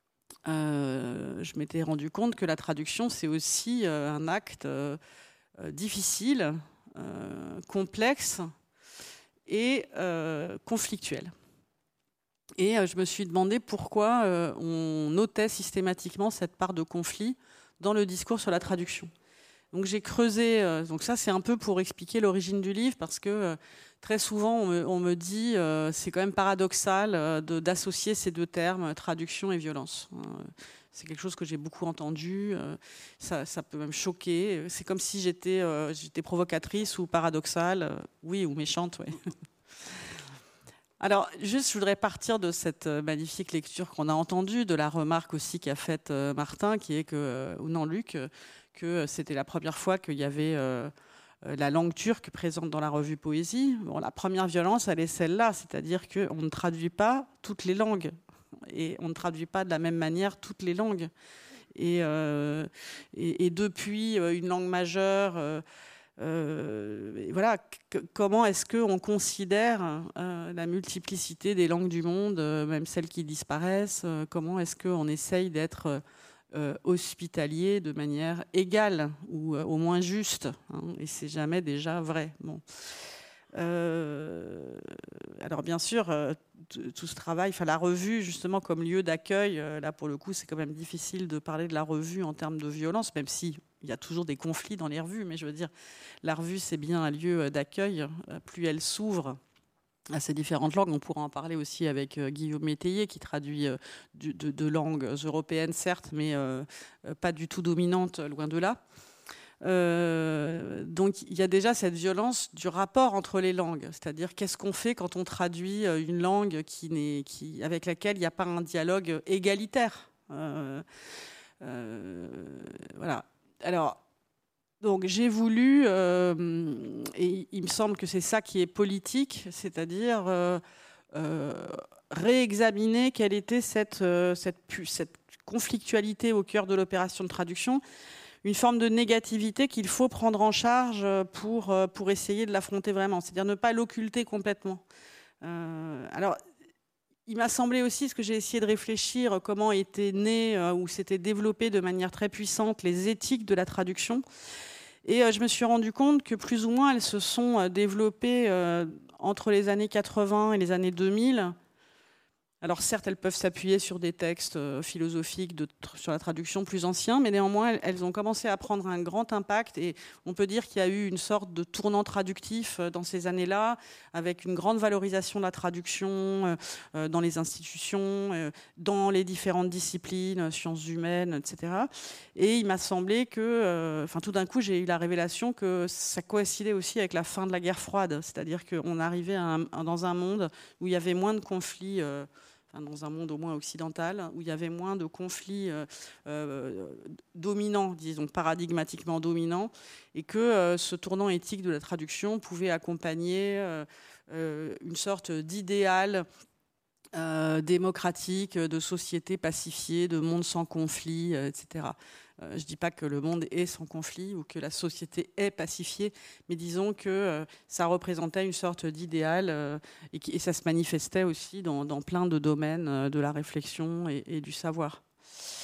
je m'étais rendu compte que la traduction, c'est aussi un acte difficile, complexe et conflictuel. Et je me suis demandé pourquoi on notait systématiquement cette part de conflit dans le discours sur la traduction. Donc j'ai creusé, donc ça c'est un peu pour expliquer l'origine du livre, parce que très souvent on me dit c'est quand même paradoxal d'associer ces deux termes, traduction et violence. C'est quelque chose que j'ai beaucoup entendu, ça peut même choquer. C'est comme si j'étais provocatrice ou paradoxale, oui, ou méchante, oui. Alors, juste, je voudrais partir de cette magnifique lecture qu'on a entendue, de la remarque aussi qu'a faite Martin, qui est que, ou non, Luc, que c'était la première fois qu'il y avait la langue turque présente dans la revue Poésie. Bon, la première violence, elle est celle-là, c'est-à-dire qu'on ne traduit pas toutes les langues, et on ne traduit pas de la même manière toutes les langues. Et depuis une langue majeure... voilà, comment est-ce qu'on considère la multiplicité des langues du monde, même celles qui disparaissent, comment est-ce qu'on essaye d'être hospitalier de manière égale ou au moins juste, hein, et c'est jamais déjà vrai. Bon. Alors bien sûr, tout ce travail, enfin la revue justement comme lieu d'accueil, là pour le coup c'est quand même difficile de parler de la revue en termes de violence, même si il y a toujours des conflits dans les revues, mais je veux dire, la revue c'est bien un lieu d'accueil, plus elle s'ouvre à ces différentes langues. On pourra en parler aussi avec Guillaume Métayer qui traduit de langues européennes certes, mais pas du tout dominantes, loin de là. Donc il y a déjà cette violence du rapport entre les langues, c'est-à-dire qu'est-ce qu'on fait quand on traduit une langue avec laquelle il n'y a pas un dialogue égalitaire. Voilà. Alors, donc j'ai voulu, et il me semble que c'est ça qui est politique, c'est-à-dire réexaminer quelle était cette conflictualité au cœur de l'opération de traduction, une forme de négativité qu'il faut prendre en charge pour essayer de l'affronter vraiment, c'est-à-dire ne pas l'occulter complètement. Alors, il m'a semblé aussi, ce que j'ai essayé de réfléchir, comment étaient nées ou s'étaient développées de manière très puissante les éthiques de la traduction. Et je me suis rendu compte que plus ou moins elles se sont développées entre les années 80 et les années 2000. Alors certes, elles peuvent s'appuyer sur des textes philosophiques sur la traduction plus anciens, mais néanmoins, elles ont commencé à prendre un grand impact, et on peut dire qu'il y a eu une sorte de tournant traductif dans ces années-là, avec une grande valorisation de la traduction dans les institutions, dans les différentes disciplines, sciences humaines, etc. Et il m'a semblé que, tout d'un coup, j'ai eu la révélation que ça coïncidait aussi avec la fin de la guerre froide, c'est-à-dire qu'on arrivait dans un monde où il y avait moins de conflits, dans un monde au moins occidental, où il y avait moins de conflits dominants, disons paradigmatiquement dominants, et que ce tournant éthique de la traduction pouvait accompagner une sorte d'idéal démocratique, de société pacifiée, de monde sans conflit, etc. Je ne dis pas que le monde est sans conflit ou que la société est pacifiée, mais disons que ça représentait une sorte d'idéal et ça se manifestait aussi dans plein de domaines de la réflexion et du savoir.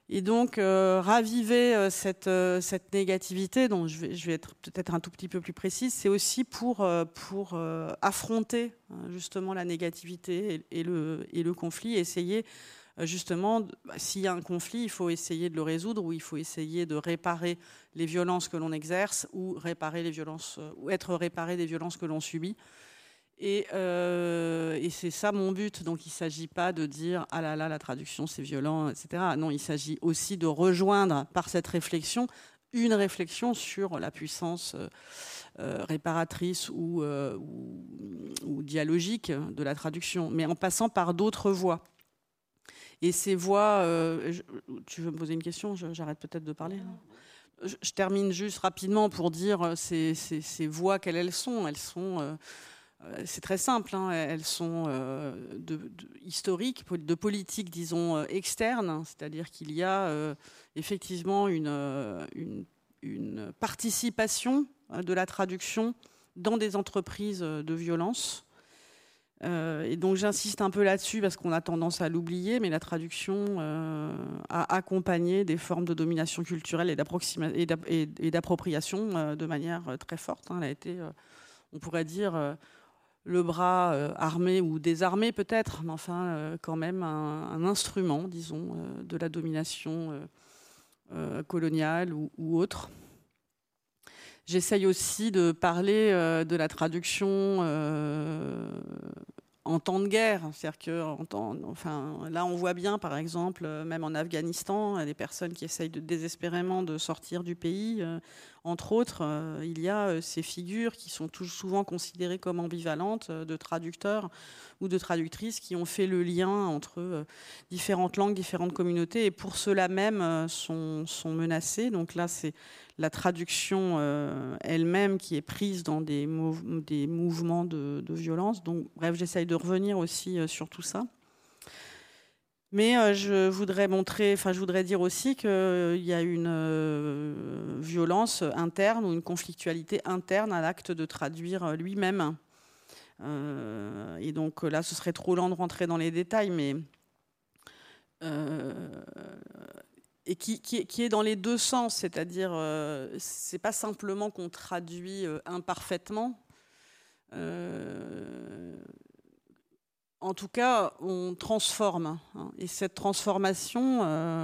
Et donc, raviver cette négativité, dont je vais être peut-être un tout petit peu plus précise, c'est aussi pour affronter justement la négativité et le conflit, essayer justement, s'il y a un conflit, il faut essayer de le résoudre, ou il faut essayer de réparer les violences que l'on exerce, ou être réparé des violences que l'on subit. Et c'est ça mon but. Donc il ne s'agit pas de dire « Ah là là, la traduction, c'est violent, etc. » Non, il s'agit aussi de rejoindre par cette réflexion une réflexion sur la puissance réparatrice ou dialogique de la traduction, mais en passant par d'autres voies. Et ces voies... tu veux me poser une question? J'arrête peut-être de parler. Je termine juste rapidement pour dire ces voies, quelles elles sont. Elles sont... c'est très simple, hein. Elles sont historiques, de politique, disons, externe, c'est-à-dire qu'il y a effectivement une participation de la traduction dans des entreprises de violence. Et donc j'insiste un peu là-dessus parce qu'on a tendance à l'oublier, mais la traduction a accompagné des formes de domination culturelle et d'appropriation de manière très forte. Elle a été, on pourrait dire... le bras armé ou désarmé peut-être, mais enfin quand même un instrument, disons, de la domination coloniale ou autre. J'essaye aussi de parler de la traduction en temps de guerre. C'est-à-dire que là, on voit bien, par exemple, même en Afghanistan, des personnes qui essayent désespérément de sortir du pays. Entre autres, il y a ces figures qui sont souvent considérées comme ambivalentes, de traducteurs ou de traductrices qui ont fait le lien entre différentes langues, différentes communautés, et pour cela même sont menacées. Donc là, c'est la traduction elle-même qui est prise dans des mouvements de violence. Donc, bref, j'essaye de revenir aussi sur tout ça. Mais je voudrais dire aussi qu'il y a une violence interne ou une conflictualité interne à l'acte de traduire lui-même. Et donc là, ce serait trop lent de rentrer dans les détails, mais et qui est dans les deux sens, c'est-à-dire c'est pas simplement qu'on traduit imparfaitement. En tout cas, on transforme. Et cette transformation,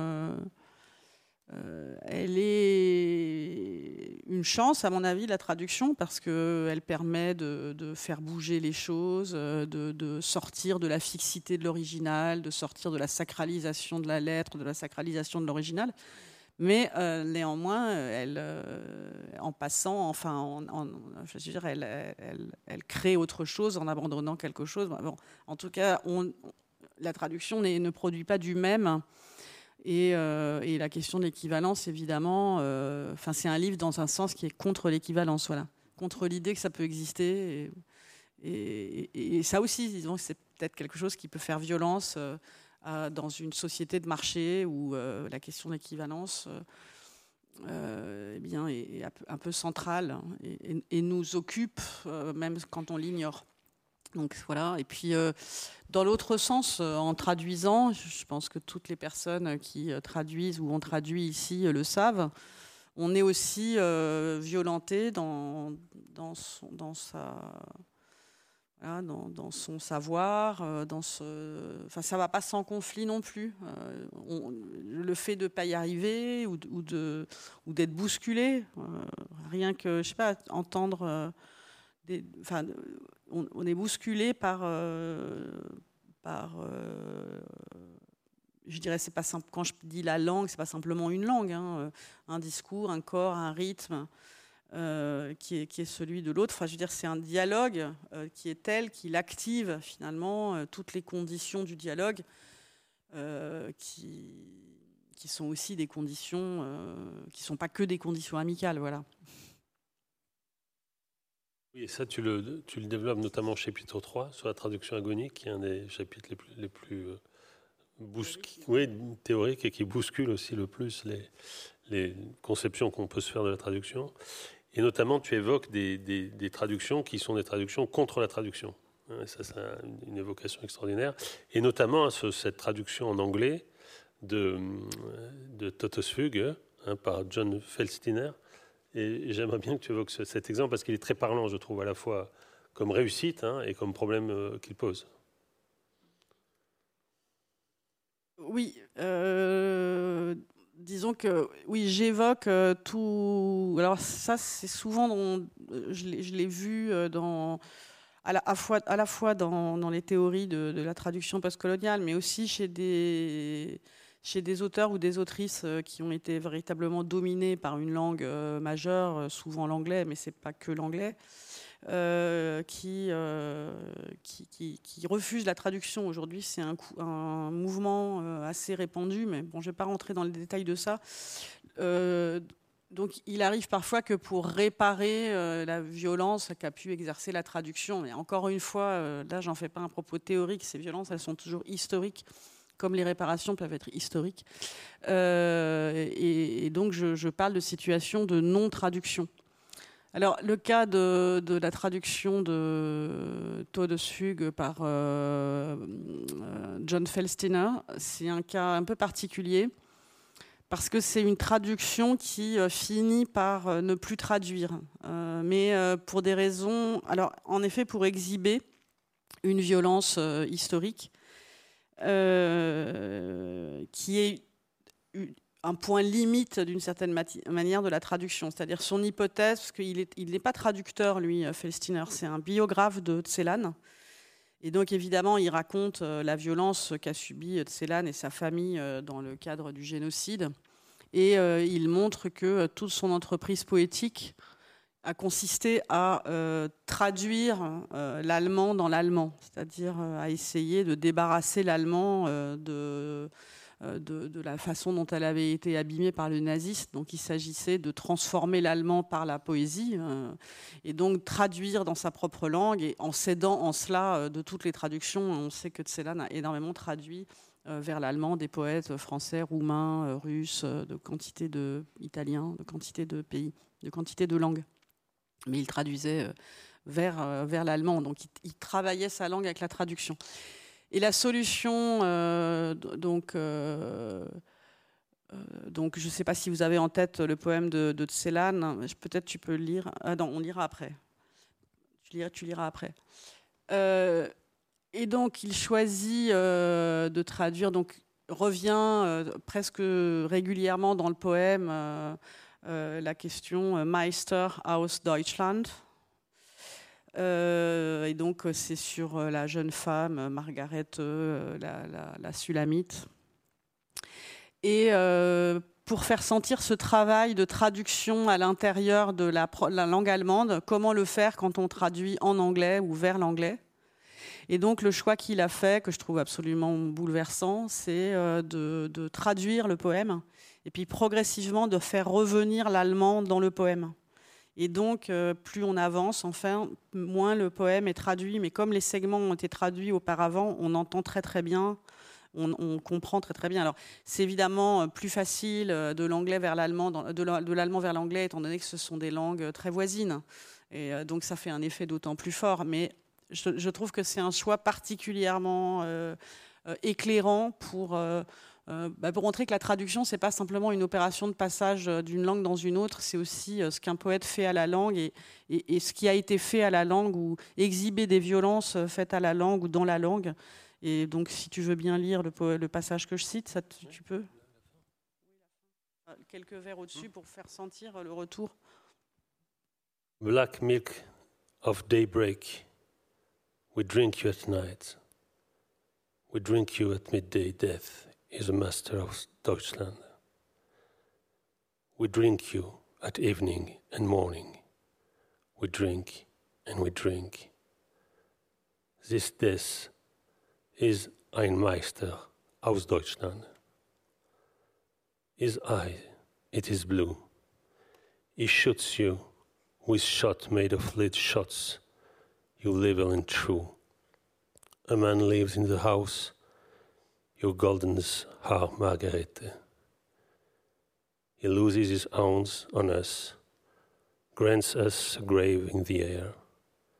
elle est une chance, à mon avis, la traduction, parce qu'elle permet de faire bouger les choses, de sortir de la fixité de l'original, de sortir de la sacralisation de la lettre, de la sacralisation de l'original. Mais néanmoins, en passant, je veux dire, elle crée autre chose en abandonnant quelque chose. Bon, en tout cas, la traduction ne produit pas du même. Et la question de l'équivalence, évidemment, c'est un livre dans un sens qui est contre l'équivalence, voilà, contre l'idée que ça peut exister. Et ça aussi, disons, c'est peut-être quelque chose qui peut faire violence. Dans une société de marché où la question de l'équivalence est un peu centrale et nous occupe, même quand on l'ignore. Donc voilà. Et puis, dans l'autre sens, en traduisant, je pense que toutes les personnes qui traduisent ou ont traduit ici le savent, on est aussi violenté dans son savoir, ça ne va pas sans conflit non plus. Le fait de ne pas y arriver ou d'être bousculé, rien que, je sais pas, entendre... on est bousculé par je dirais, c'est pas simple. Quand je dis la langue, c'est pas simplement une langue, un discours, un corps, un rythme. Qui est celui de l'autre. Je veux dire, c'est un dialogue qui est tel qu'il active finalement toutes les conditions du dialogue qui sont aussi des conditions qui ne sont pas que des conditions amicales. Voilà. Oui, et ça, tu le développes notamment au chapitre 3 sur la traduction agonique, qui est un des chapitres les plus théoriques et qui bouscule aussi le plus les conceptions qu'on peut se faire de la traduction. Et notamment, tu évoques des traductions qui sont des traductions contre la traduction. Ça, c'est une évocation extraordinaire. Et notamment, cette traduction en anglais de Todesfuge, par John Felstiner. Et j'aimerais bien que tu évoques cet exemple parce qu'il est très parlant, je trouve, à la fois comme réussite et comme problème qu'il pose. Oui, disons que oui, j'évoque tout. Alors ça, c'est souvent je l'ai vu à la fois dans les théories de la traduction postcoloniale, mais aussi chez des auteurs ou des autrices qui ont été véritablement dominés par une langue majeure, souvent l'anglais, mais c'est pas que l'anglais. Qui refuse la traduction. Aujourd'hui, c'est un mouvement assez répandu, mais bon, je ne vais pas rentrer dans les détails de ça. Donc, il arrive parfois que pour réparer la violence qu'a pu exercer la traduction, mais encore une fois, là, j'en fais pas un propos théorique, ces violences, elles sont toujours historiques, comme les réparations peuvent être historiques. Et donc, je parle de situation de non-traduction. Alors, le cas de la traduction de Todesfuge par John Felstiner, c'est un cas un peu particulier parce que c'est une traduction qui finit par ne plus traduire, mais pour des raisons... Alors, en effet, pour exhiber une violence historique qui est... un point limite d'une certaine manière de la traduction, c'est-à-dire son hypothèse, parce qu'il n'est pas traducteur, lui, Felstiner, c'est un biographe de Celan. Et donc, évidemment, il raconte la violence qu'a subie Celan et sa famille dans le cadre du génocide. Et il montre que toute son entreprise poétique a consisté à traduire l'allemand dans l'allemand, c'est-à-dire à essayer de débarrasser l'allemand de la façon dont elle avait été abîmée par le nazisme. Donc il s'agissait de transformer l'allemand par la poésie et donc traduire dans sa propre langue, et en s'aidant en cela de toutes les traductions. On sait que Celan a énormément traduit vers l'allemand des poètes français, roumains, russes, de quantité d'italiens, de quantité de pays, de quantité de langues. Mais il traduisait vers l'allemand. Donc il travaillait sa langue avec la traduction. Et la solution, donc je ne sais pas si vous avez en tête le poème de Celan. Peut-être tu peux le lire. Ah non, on lira après. Tu liras après. Et donc, il choisit de traduire, donc revient presque régulièrement dans le poème la question Meister aus Deutschland. Et donc c'est sur la jeune femme Margaret, la Sulamite. Et pour faire sentir ce travail de traduction à l'intérieur de la langue allemande, comment le faire quand on traduit en anglais ou vers l'anglais. Et donc le choix qu'il a fait, que je trouve absolument bouleversant, c'est de traduire le poème et puis progressivement de faire revenir l'allemand dans le poème. Et donc, plus on avance, enfin, moins le poème est traduit. Mais comme les segments ont été traduits auparavant, on entend très très bien, on comprend très très bien. Alors, c'est évidemment plus facile de l'anglais vers l'allemand, de l'allemand vers l'anglais, étant donné que ce sont des langues très voisines. Et donc, ça fait un effet d'autant plus fort. Mais je trouve que c'est un choix particulièrement éclairant pour montrer que la traduction, c'est pas simplement une opération de passage d'une langue dans une autre, c'est aussi ce qu'un poète fait à la langue et ce qui a été fait à la langue, ou exhiber des violences faites à la langue ou dans la langue. Et donc, si tu veux bien lire le passage que je cite, ça, tu peux. Quelques vers au-dessus pour faire sentir le retour. Black milk of daybreak, we drink you at night. We drink you at midday, death is a master of Deutschland. We drink you at evening and morning. We drink and we drink. This death is ein Meister aus Deutschland. His eye, it is blue. He shoots you with shot made of lead shots, you level and true. A man lives in the house, your goldens are Margarete. He loses his ounce on us, grants us a grave in the air.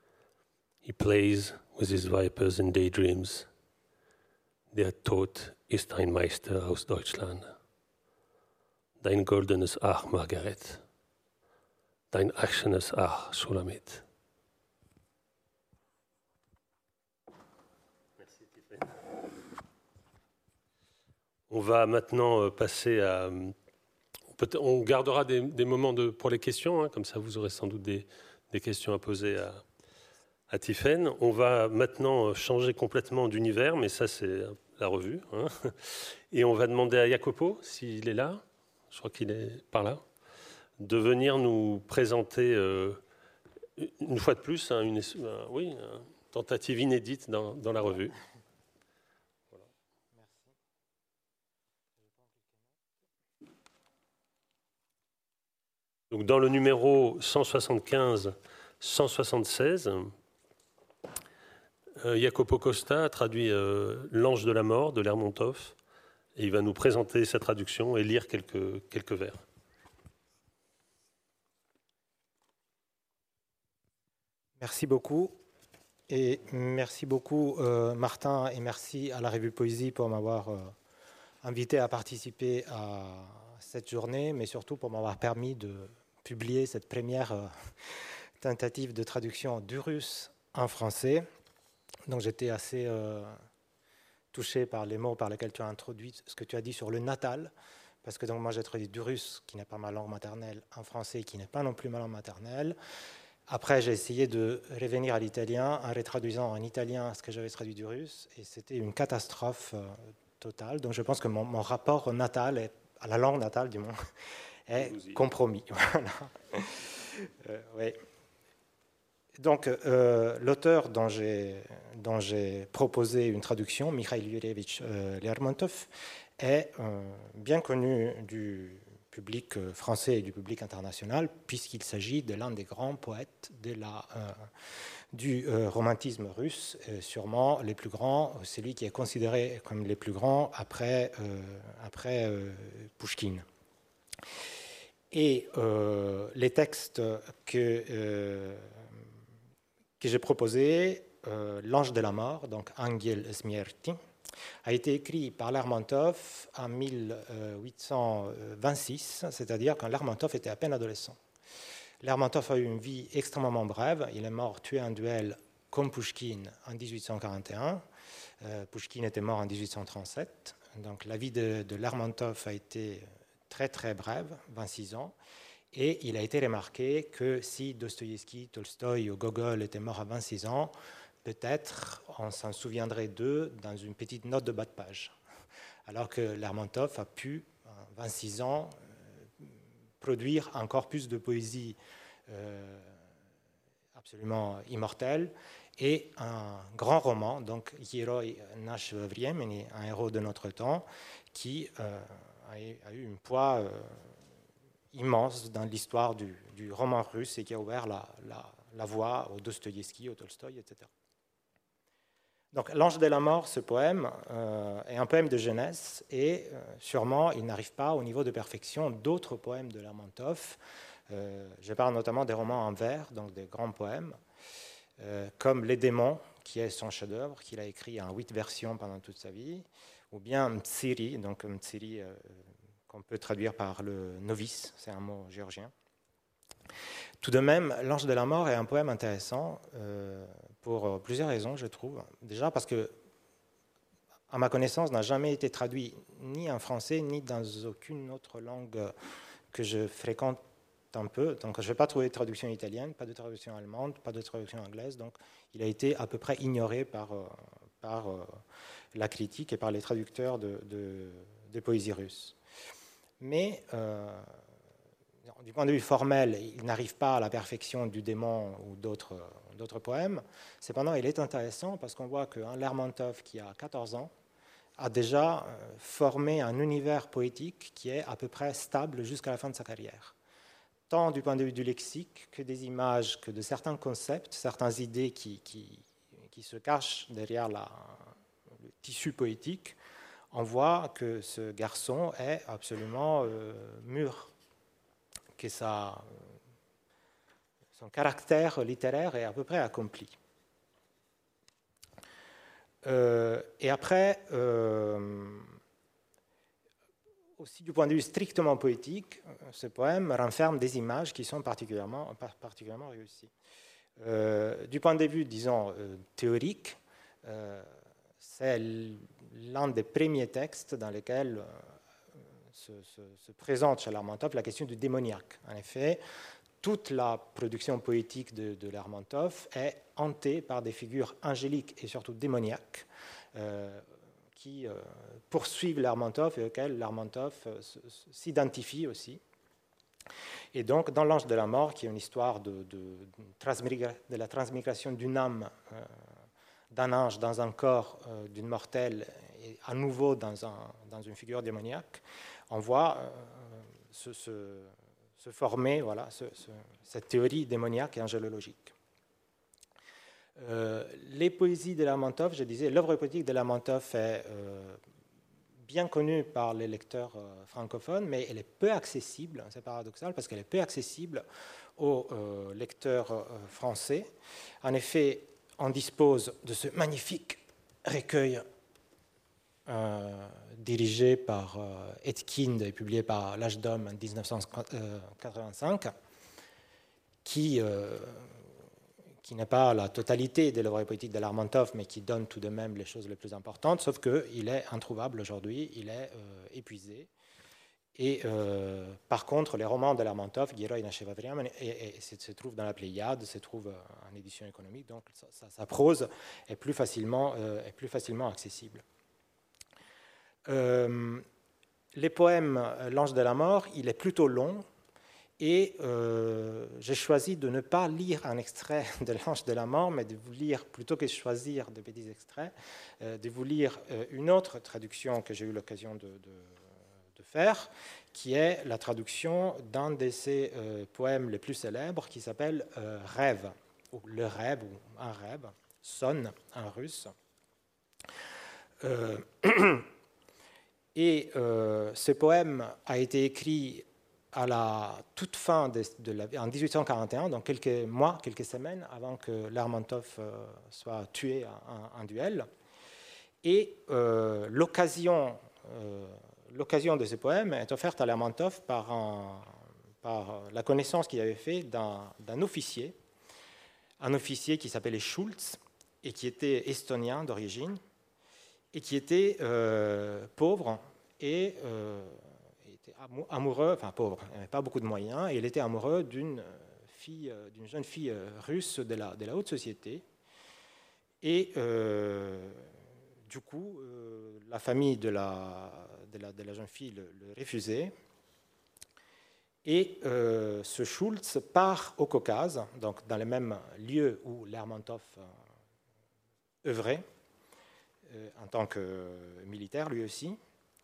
He plays with his vipers and daydreams. They are taught ist ein Meister aus Deutschland. Dein goldenes Ach, Margaret. Dein aschenes Ach, Shulamit. Merci, Tiffany. On va maintenant passer à... On gardera des moments pour les questions, hein, comme ça vous aurez sans doute des questions à poser à Tiffen. On va maintenant changer complètement d'univers, mais ça c'est la revue. Hein. Et on va demander à Jacopo, s'il est là, je crois qu'il est par là, de venir nous présenter une fois de plus une tentative inédite dans la revue. Voilà. Donc dans le numéro 175-176, Jacopo Costa a traduit L'Ange de la mort de Lermontov, et il va nous présenter sa traduction et lire quelques vers. Merci beaucoup. Et merci beaucoup Martin, et merci à la Revue Poésie pour m'avoir invité à participer à cette journée, mais surtout pour m'avoir permis de publier cette première tentative de traduction du russe en français. Donc j'étais assez touché par les mots par lesquels tu as introduit ce que tu as dit sur le natal, parce que donc moi j'ai traduit du russe, qui n'est pas ma langue maternelle, en français, qui n'est pas non plus ma langue maternelle. Après, j'ai essayé de revenir à l'italien en retraduisant en italien ce que j'avais traduit du russe, et c'était une catastrophe totale. Donc je pense que mon rapport au natal, à la langue natale du moins, est compromis. Voilà. Ouais. Donc, l'auteur dont j'ai proposé une traduction, Mikhail Yurievich Lermontov, est bien connu du public français et du public international, puisqu'il s'agit de l'un des grands poètes du romantisme russe, sûrement les plus grands, celui qui est considéré comme les plus grands après Pouchkine. Et les textes que j'ai proposé, L'Ange de la mort, donc Angel Smierti, a été écrit par Lermontov en 1826, c'est-à-dire quand Lermontov était à peine adolescent. Lermontov a eu une vie extrêmement brève. Il est mort tué en duel comme Pouchkine en 1841. Pouchkine était mort en 1837. Donc la vie de Lermontov a été très très brève, 26 ans. Et il a été remarqué que si Dostoïevski, Tolstoï ou Gogol étaient morts à 26 ans, peut-être on s'en souviendrait d'eux dans une petite note de bas de page. Alors que Lermontov a pu, à 26 ans, produire encore plus de poésie absolument immortelle et un grand roman, donc Héroi нашего времени, un héros de notre temps, qui a eu un poids immense dans l'histoire du roman russe et qui a ouvert la voie au Dostoïevski, au Tolstoï, etc. Donc, L'Ange de la mort, ce poème, est un poème de jeunesse et sûrement il n'arrive pas au niveau de perfection d'autres poèmes de Lermontov. Je parle notamment des romans en vers, donc des grands poèmes, comme Les démons, qui est son chef-d'œuvre, qu'il a écrit en 8 versions pendant toute sa vie, ou bien Mtsiri, donc Mtsiri qu'on peut traduire par le novice, c'est un mot géorgien. Tout de même, L'Ange de la mort est un poème intéressant pour plusieurs raisons, je trouve. Déjà parce que, à ma connaissance, n'a jamais été traduit ni en français, ni dans aucune autre langue que je fréquente un peu. Donc, je n'ai pas trouvé de traduction italienne, pas de traduction allemande, pas de traduction anglaise. Donc, il a été à peu près ignoré par la critique et par les traducteurs de poésie russe. Mais du point de vue formel, il n'arrive pas à la perfection du démon ou d'autres poèmes. Cependant, il est intéressant parce qu'on voit qu'un Lermontov qui a 14 ans a déjà formé un univers poétique qui est à peu près stable jusqu'à la fin de sa carrière. Tant du point de vue du lexique que des images, que de certains concepts, certaines idées qui se cachent derrière le tissu poétique, on voit que ce garçon est absolument mûr, que son caractère littéraire est à peu près accompli. Et après, aussi du point de vue strictement poétique, ce poème renferme des images qui sont particulièrement réussies. Du point de vue, disons, théorique, c'est l'un des premiers textes dans lesquels se présente chez Lermontov la question du démoniaque. En effet, toute la production poétique de Lermontov est hantée par des figures angéliques et surtout démoniaques qui poursuivent Lermontov et auxquelles Lermontov s'identifie aussi. Et donc, dans L'Ange de la mort, qui est une histoire de la transmigration d'une âme d'un ange dans un corps d'une mortelle et à nouveau dans une figure démoniaque, on voit se former cette théorie démoniaque et angélologique. Les poésies de Lermontov, je disais, l'œuvre poétique de Lermontov est bien connue par les lecteurs francophones, mais elle est peu accessible, c'est paradoxal, parce qu'elle est peu accessible aux lecteurs français. En effet, on dispose de ce magnifique recueil dirigé par Etkind et publié par L'Âge d'Homme en 1985, qui n'est pas la totalité de l'œuvre poétique de Lermontov, mais qui donne tout de même les choses les plus importantes, sauf qu'il est introuvable aujourd'hui, il est épuisé. Et par contre, les romans de Lermontov, Gheroj Nacheva Vremya, se trouvent dans la Pléiade, se trouvent en édition économique, donc sa prose est plus facilement accessible. Les poèmes L'Ange de la mort, il est plutôt long, et j'ai choisi de ne pas lire un extrait de L'Ange de la mort, mais de vous lire, plutôt que de choisir de petits extraits, de vous lire une autre traduction que j'ai eu l'occasion de faire, qui est la traduction d'un de ses poèmes les plus célèbres, qui s'appelle Rêve, ou Le Rêve, ou Un Rêve, Son en russe. Et ce poème a été écrit à la toute fin en 1841, donc quelques mois, quelques semaines avant que Lermontov soit tué en duel. Et l'occasion de ce poème est offerte à Lermontov par la connaissance qu'il avait fait d'un officier, un officier qui s'appelait Schultz et qui était estonien d'origine et qui était pauvre et était amoureux, enfin pauvre, il n'avait pas beaucoup de moyens, et il était amoureux d'une jeune fille russe de la haute société. Et du coup, la famille de la jeune fille le refusait. Et ce Schultz part au Caucase, donc dans le même lieu où Lermontov œuvrait, en tant que militaire lui aussi.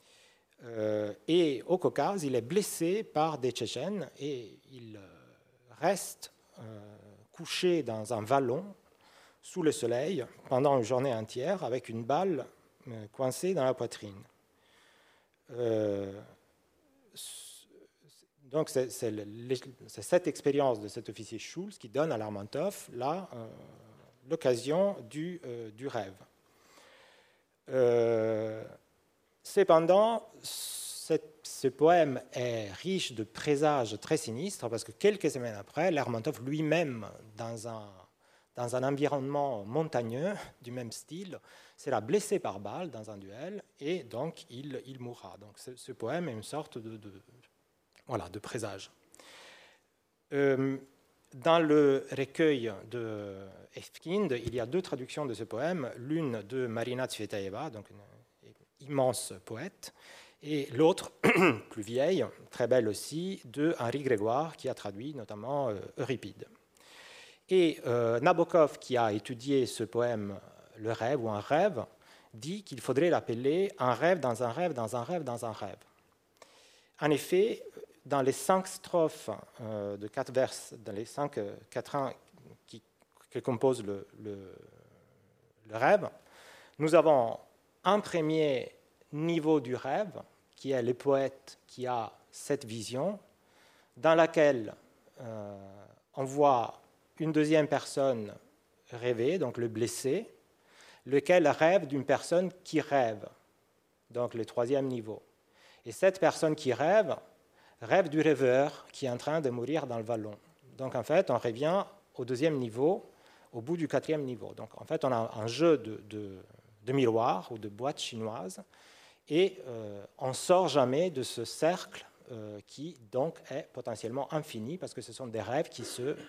Et au Caucase, il est blessé par des Tchétchènes et il reste couché dans un vallon sous le soleil pendant une journée entière avec une balle coincée dans la poitrine. Donc c'est cette expérience de cet officier Schultz qui donne à Lermontov l'occasion du rêve. Cependant, ce poème est riche de présages très sinistres parce que quelques semaines après, Lermontov lui-même, dans un environnement montagneux du même style, sera blessé par balle dans un duel et donc il mourra. Donc ce poème est une sorte de présage. Dans le recueil de Etkind, il y a deux traductions de ce poème, l'une de Marina Tsvetaeva, donc une immense poète, et l'autre, plus vieille, très belle aussi, de Henri Grégoire, qui a traduit notamment Euripide. Et Nabokov, qui a étudié ce poème, Le Rêve ou Un Rêve, dit qu'il faudrait l'appeler Un rêve dans un rêve dans un rêve dans un rêve. En effet, dans les 5 strophes de 4 vers, dans les 5 quatrains qui composent le rêve, nous avons un premier niveau du rêve, qui est le poète qui a cette vision, dans laquelle on voit une deuxième personne rêver, donc le blessé, lequel rêve d'une personne qui rêve, donc le troisième niveau. Et cette personne qui rêve du rêveur qui est en train de mourir dans le vallon. Donc en fait, on revient au deuxième niveau, au bout du quatrième niveau. Donc en fait, on a un jeu de miroirs ou de boîtes chinoises et on ne sort jamais de ce cercle qui donc est potentiellement infini parce que ce sont des rêves qui se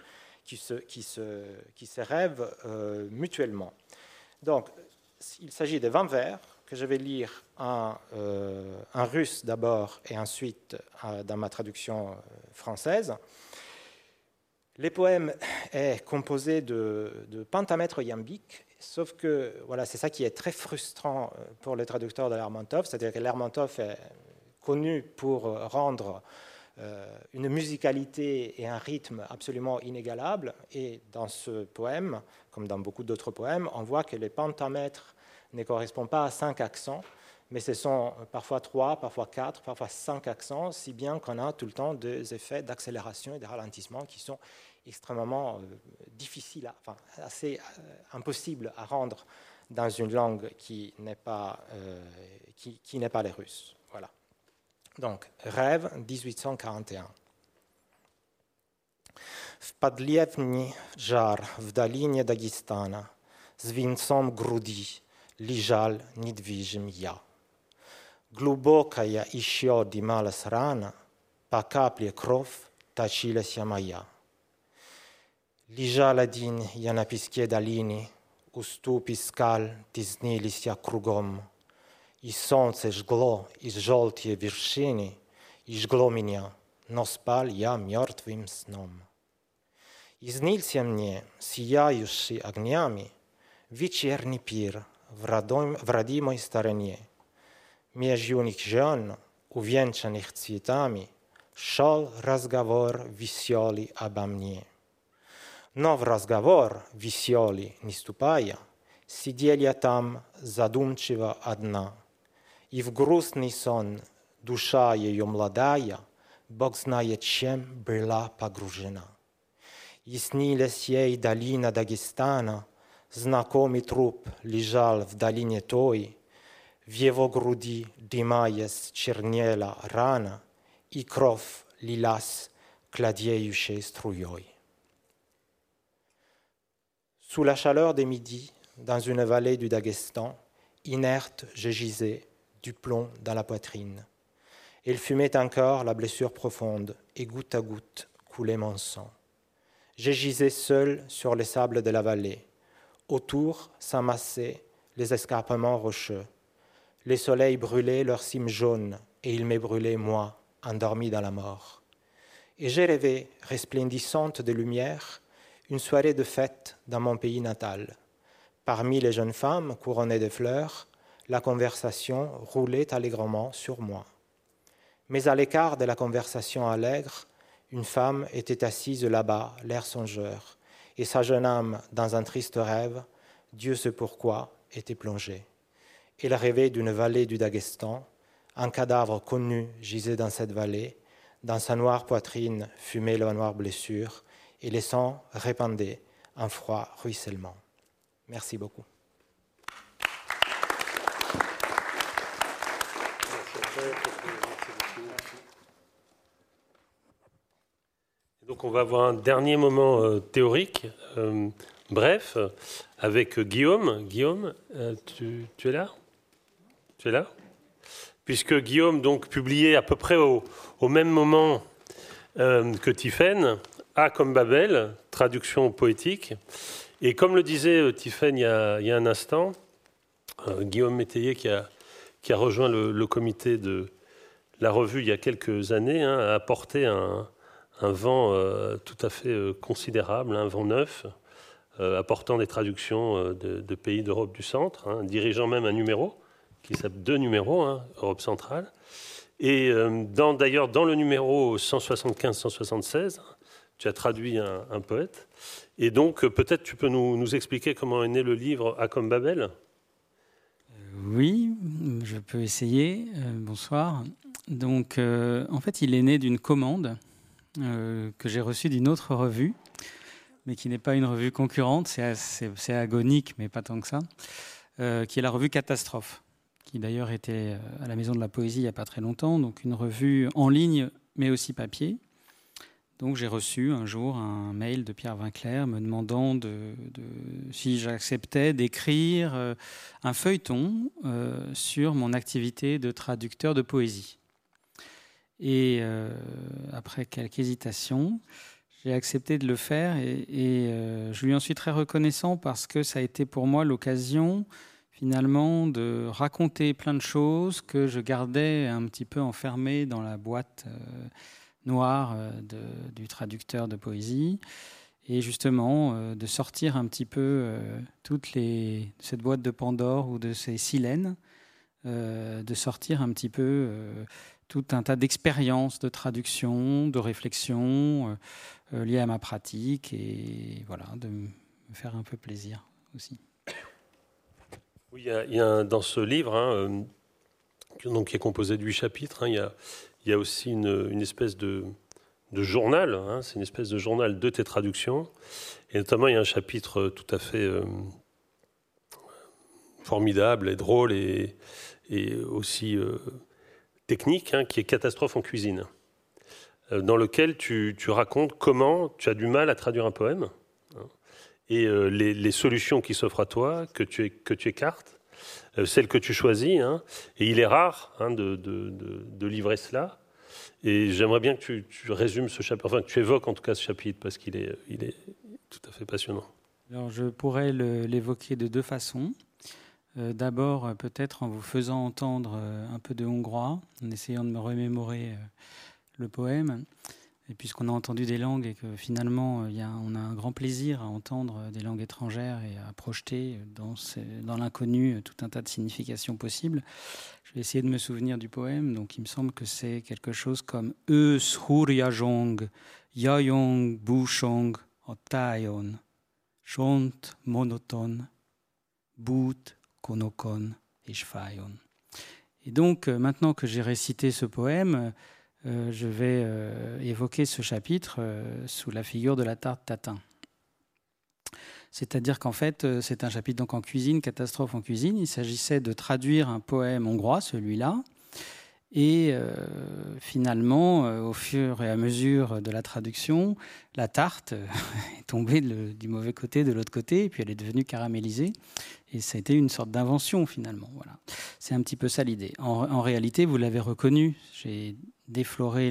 rêvent mutuellement. Donc il s'agit de 20 vers que je vais lire en russe d'abord et ensuite dans ma traduction française. Les poèmes est composé de pentamètres iambiques, sauf que voilà, c'est ça qui est très frustrant pour les traducteurs de Lermontov, c'est-à-dire que Lermontov est connu pour rendre une musicalité et un rythme absolument inégalables, et dans ce poème, comme dans beaucoup d'autres poèmes, on voit que les pentamètres ne correspondent pas à 5 accents, mais ce sont parfois 3, parfois 4, parfois 5 accents, si bien qu'on a tout le temps des effets d'accélération et de ralentissement qui sont extrêmement difficiles, assez impossibles à rendre dans une langue qui n'est pas les Russes. Voilà. Donc, Rêve, 1841. В подлетний жар в долине Дагестана с венцом груди лежал недвижим я. Глубокая еще дымалась рана, по капле кровь точилась моя. Лежал один я на песке долины, уступы скал теснились кругом, и солнце жгло из желтые вершины, и жгло меня, но спал я мертвым сном. И снился мне, сияющий огнями, вечерний пир в родимой стороне. Меж юных жен, увенчанных цветами, шел разговор веселый обо мне. Но в разговор веселый не вступая, сидел я там задумчиво одна, и в грустный сон душа ее молодая, Бог знает чем, была погружена. И снилась ей долина Дагестана, знакомый труп лежал в долине той, в его груди, дымаясь, чернела рана, и кровь лилась гладеющей струей. Sous la chaleur des midis, dans une vallée du Daghestan, inerte, je gisais, du plomb dans la poitrine. Il fumait encore la blessure profonde, et goutte à goutte coulait mon sang. Je gisais seul sur les sables de la vallée. Autour s'amassaient les escarpements rocheux. Les soleils brûlaient leurs cimes jaunes, et ils me brûlaient, moi, endormi dans la mort. Et j'ai rêvé, resplendissante de lumière, une soirée de fête dans mon pays natal. Parmi les jeunes femmes couronnées de fleurs, la conversation roulait allègrement sur moi. Mais à l'écart de la conversation allègre, une femme était assise là-bas, l'air songeur, et sa jeune âme, dans un triste rêve, Dieu sait pourquoi, était plongée. Elle rêvait d'une vallée du Daghestan, un cadavre connu gisait dans cette vallée, dans sa noire poitrine fumait la noire blessure, et le sang répandait un froid ruissellement. Merci beaucoup. Donc on va avoir un dernier moment théorique, bref, avec Guillaume. Guillaume, tu es là ? Tu es là ? Puisque Guillaume donc publiait à peu près au même moment que Tiphaine, A comme Babel, traduction poétique. Et comme le disait Tiphaine il y a un instant, Guillaume Métayer qui a rejoint le comité de la revue il y a quelques années, a apporté un vent tout à fait considérable, un vent neuf, apportant des traductions de pays d'Europe du centre, dirigeant même un numéro, qui s'appelle 2 numéros, Europe centrale. Et d'ailleurs, dans le numéro 175-176, tu as traduit un poète. Et donc, peut-être tu peux nous expliquer comment est né le livre A comme Babel ? Oui, je peux essayer. Bonsoir. Donc, en fait, il est né d'une commande que j'ai reçue d'une autre revue, mais qui n'est pas une revue concurrente, c'est agonique, mais pas tant que ça, qui est la revue Catastrophe, qui d'ailleurs était à la Maison de la Poésie il n'y a pas très longtemps, donc une revue en ligne, mais aussi papier. Donc j'ai reçu un jour un mail de Pierre Vinclair me demandant si j'acceptais d'écrire un feuilleton sur mon activité de traducteur de poésie. Et après quelques hésitations, j'ai accepté de le faire et je lui en suis très reconnaissant parce que ça a été pour moi l'occasion finalement de raconter plein de choses que je gardais un petit peu enfermées dans la boîte noire du traducteur de poésie et justement de sortir un petit peu cette boîte de Pandore ou de ces silènes, de sortir un petit peu tout un tas d'expériences de traduction, de réflexion liées à ma pratique et voilà, de me faire un peu plaisir aussi. Oui, il y a dans ce livre, donc, qui est composé de 8 chapitres, il y a aussi une espèce de journal, c'est une espèce de journal de tes traductions. Et notamment, il y a un chapitre tout à fait formidable et drôle et aussi technique, qui est Catastrophe en cuisine, dans lequel tu racontes comment tu as du mal à traduire un poème, et les solutions qui s'offrent à toi, que tu écartes, celles que tu choisis, et il est rare de livrer cela. Et j'aimerais bien que tu résumes ce chapitre, enfin que tu évoques en tout cas ce chapitre, parce qu'il est tout à fait passionnant. Alors je pourrais l'évoquer de deux façons. D'abord, peut-être en vous faisant entendre un peu de hongrois, en essayant de me remémorer le poème. Et puisqu'on a entendu des langues et que finalement, on a un grand plaisir à entendre des langues étrangères et à projeter dans l'inconnu tout un tas de significations possibles, je vais essayer de me souvenir du poème. Donc, il me semble que c'est quelque chose comme « Eus hurjajong, jajong bushong otayon, shont monoton, boot konokon et shfayon ». Et donc, maintenant que j'ai récité ce poème, je vais évoquer ce chapitre sous la figure de la tarte tatin. C'est-à-dire qu'en fait, c'est un chapitre donc en cuisine, Catastrophe en cuisine. Il s'agissait de traduire un poème hongrois, celui-là. Et finalement, au fur et à mesure de la traduction, la tarte est tombée du mauvais côté, de l'autre côté, et puis elle est devenue caramélisée. Et ça a été une sorte d'invention, finalement. Voilà. C'est un petit peu ça l'idée. En réalité, vous l'avez reconnu, j'ai défloré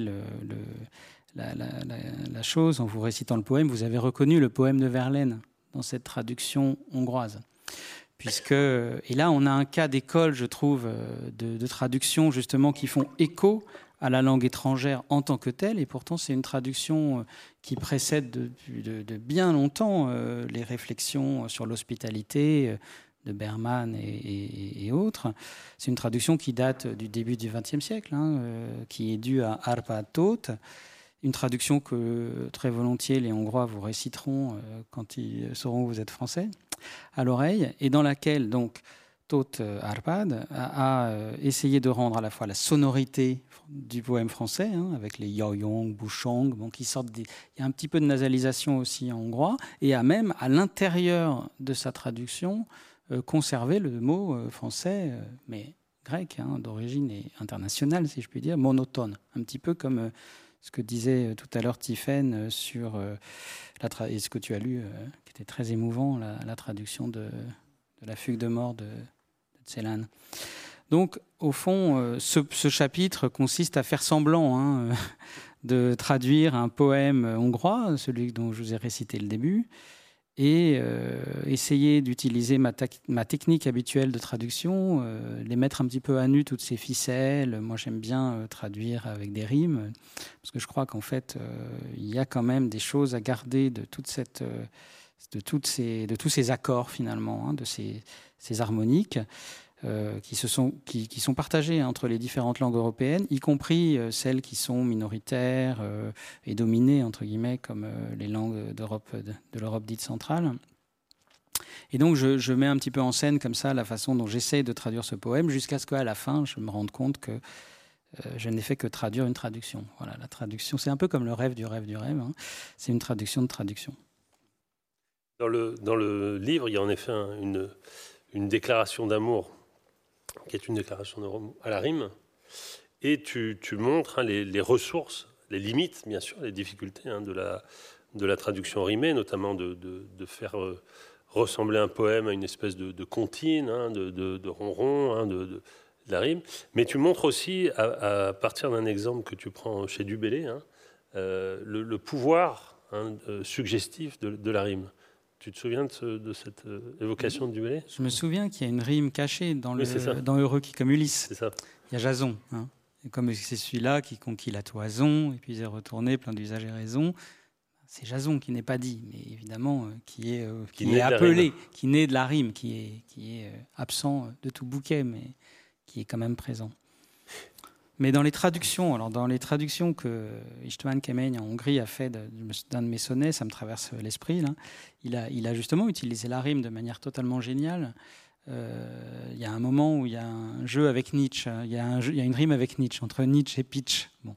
la chose en vous récitant le poème. Vous avez reconnu le poème de Verlaine dans cette traduction hongroise. Et là, on a un cas d'école, je trouve, de traduction justement qui font écho à la langue étrangère en tant que telle, et pourtant c'est une traduction qui précède de bien longtemps les réflexions sur l'hospitalité de Berman et autres. C'est une traduction qui date du début du XXe siècle, qui est due à Árpád Tóth, une traduction que très volontiers les Hongrois vous réciteront quand ils sauront que vous êtes français, à l'oreille, et dans laquelle donc Tóth Árpád a essayé de rendre à la fois la sonorité du poème français, avec les jajong, bushong, qui sortent il y a un petit peu de nasalisation aussi en hongrois, et a même à l'intérieur de sa traduction conservé le mot français, mais grec, d'origine internationale, si je puis dire, monotone, un petit peu comme ce que disait tout à l'heure Tiffaine sur et ce que tu as lu, qui était très émouvant, la traduction de la fugue de mort de Celan. Donc, au fond, ce chapitre consiste à faire semblant de traduire un poème hongrois, celui dont je vous ai récité le début, et essayer d'utiliser ma technique habituelle de traduction, les mettre un petit peu à nu, toutes ces ficelles. Moi, j'aime bien traduire avec des rimes, parce que je crois qu'en fait, il y a quand même des choses à garder de tous ces accords, finalement, de ces harmoniques, qui sont partagées entre les différentes langues européennes, y compris celles qui sont minoritaires et dominées, entre guillemets, comme les langues de l'Europe dite centrale. Et donc, je mets un petit peu en scène comme ça la façon dont j'essaie de traduire ce poème, jusqu'à ce qu'à la fin, je me rende compte que je n'ai fait que traduire une traduction. Voilà, la traduction, c'est un peu comme le rêve du rêve du rêve. C'est une traduction de traduction. Dans le livre, il y a en effet une déclaration d'amour qui est une déclaration à la rime, et tu montres les ressources, les limites, bien sûr, les difficultés de la traduction rimée, notamment de faire ressembler un poème à une espèce de comptine, de ronron, de la rime. Mais tu montres aussi, à partir d'un exemple que tu prends chez Du Bellay, le pouvoir suggestif de la rime. Tu te souviens de cette évocation de Du Bellay ? Je me souviens qu'il y a une rime cachée dans Heureux qui comme Ulysse. C'est ça. Il y a Jason. Et comme c'est celui-là qui conquit la toison, et puis est retourné plein d'usages et raisons. C'est Jason qui n'est pas dit, mais évidemment qui est appelé, qui naît de la rime, qui est absent de tout bouquet, mais qui est quand même présent. Mais dans les traductions, que István Kemény en Hongrie a fait d'un de mes sonnets, ça me traverse l'esprit, là, il a justement utilisé la rime de manière totalement géniale. Il y a un moment où il y a un jeu avec Nietzsche, il y a une rime avec Nietzsche, entre Nietzsche et Pitch. Bon.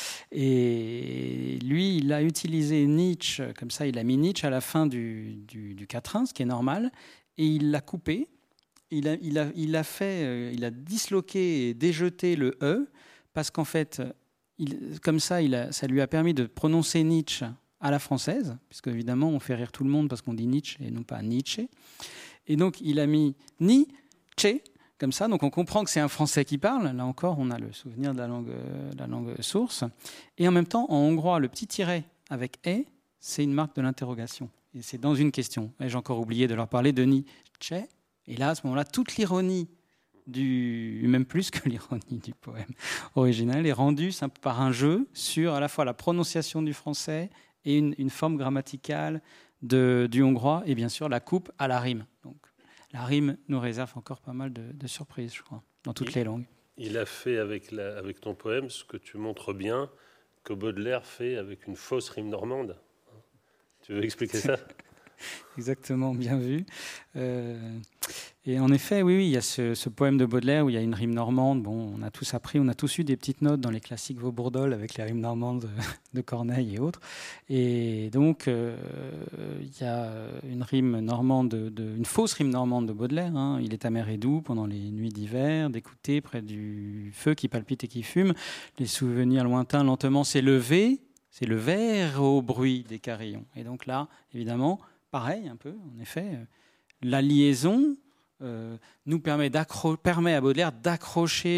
Et lui, il a utilisé Nietzsche, comme ça, il a mis Nietzsche à la fin du quatrain, ce qui est normal, et il l'a coupé. Il a disloqué et déjeté le E, parce qu'en fait, comme ça, ça lui a permis de prononcer Nietzsche à la française, puisque évidemment, on fait rire tout le monde parce qu'on dit Nietzsche et non pas Nietzsche. Et donc, il a mis Nietzsche, comme ça. Donc, on comprend que c'est un Français qui parle. Là encore, on a le souvenir de la langue source. Et en même temps, en hongrois, le petit tiret avec « et », c'est une marque de l'interrogation. Et c'est dans une question. Et j'ai encore oublié de leur parler de Nietzsche. Et là, à ce moment-là, toute l'ironie même plus que l'ironie du poème original, est rendue par un jeu sur à la fois la prononciation du français et une forme grammaticale du hongrois, et bien sûr la coupe à la rime. Donc la rime nous réserve encore pas mal de surprises, je crois, dans toutes les langues. Il a fait avec ton poème ce que tu montres bien que Baudelaire fait avec une fausse rime normande. Tu veux expliquer ça ? Exactement, bien vu. Et en effet, oui, il y a ce poème de Baudelaire où il y a une rime normande. Bon, on a tous eu des petites notes dans les classiques Vaubourdol avec les rimes normandes de Corneille et autres. Et donc, il y a une rime normande, une fausse rime normande de Baudelaire. Il est amer et doux pendant les nuits d'hiver, d'écouter près du feu qui palpite et qui fume. Les souvenirs lointains lentement s'élever. C'est le vers au bruit des carillons. Et donc là, évidemment, pareil un peu, en effet, la liaison nous permet à Baudelaire d'accrocher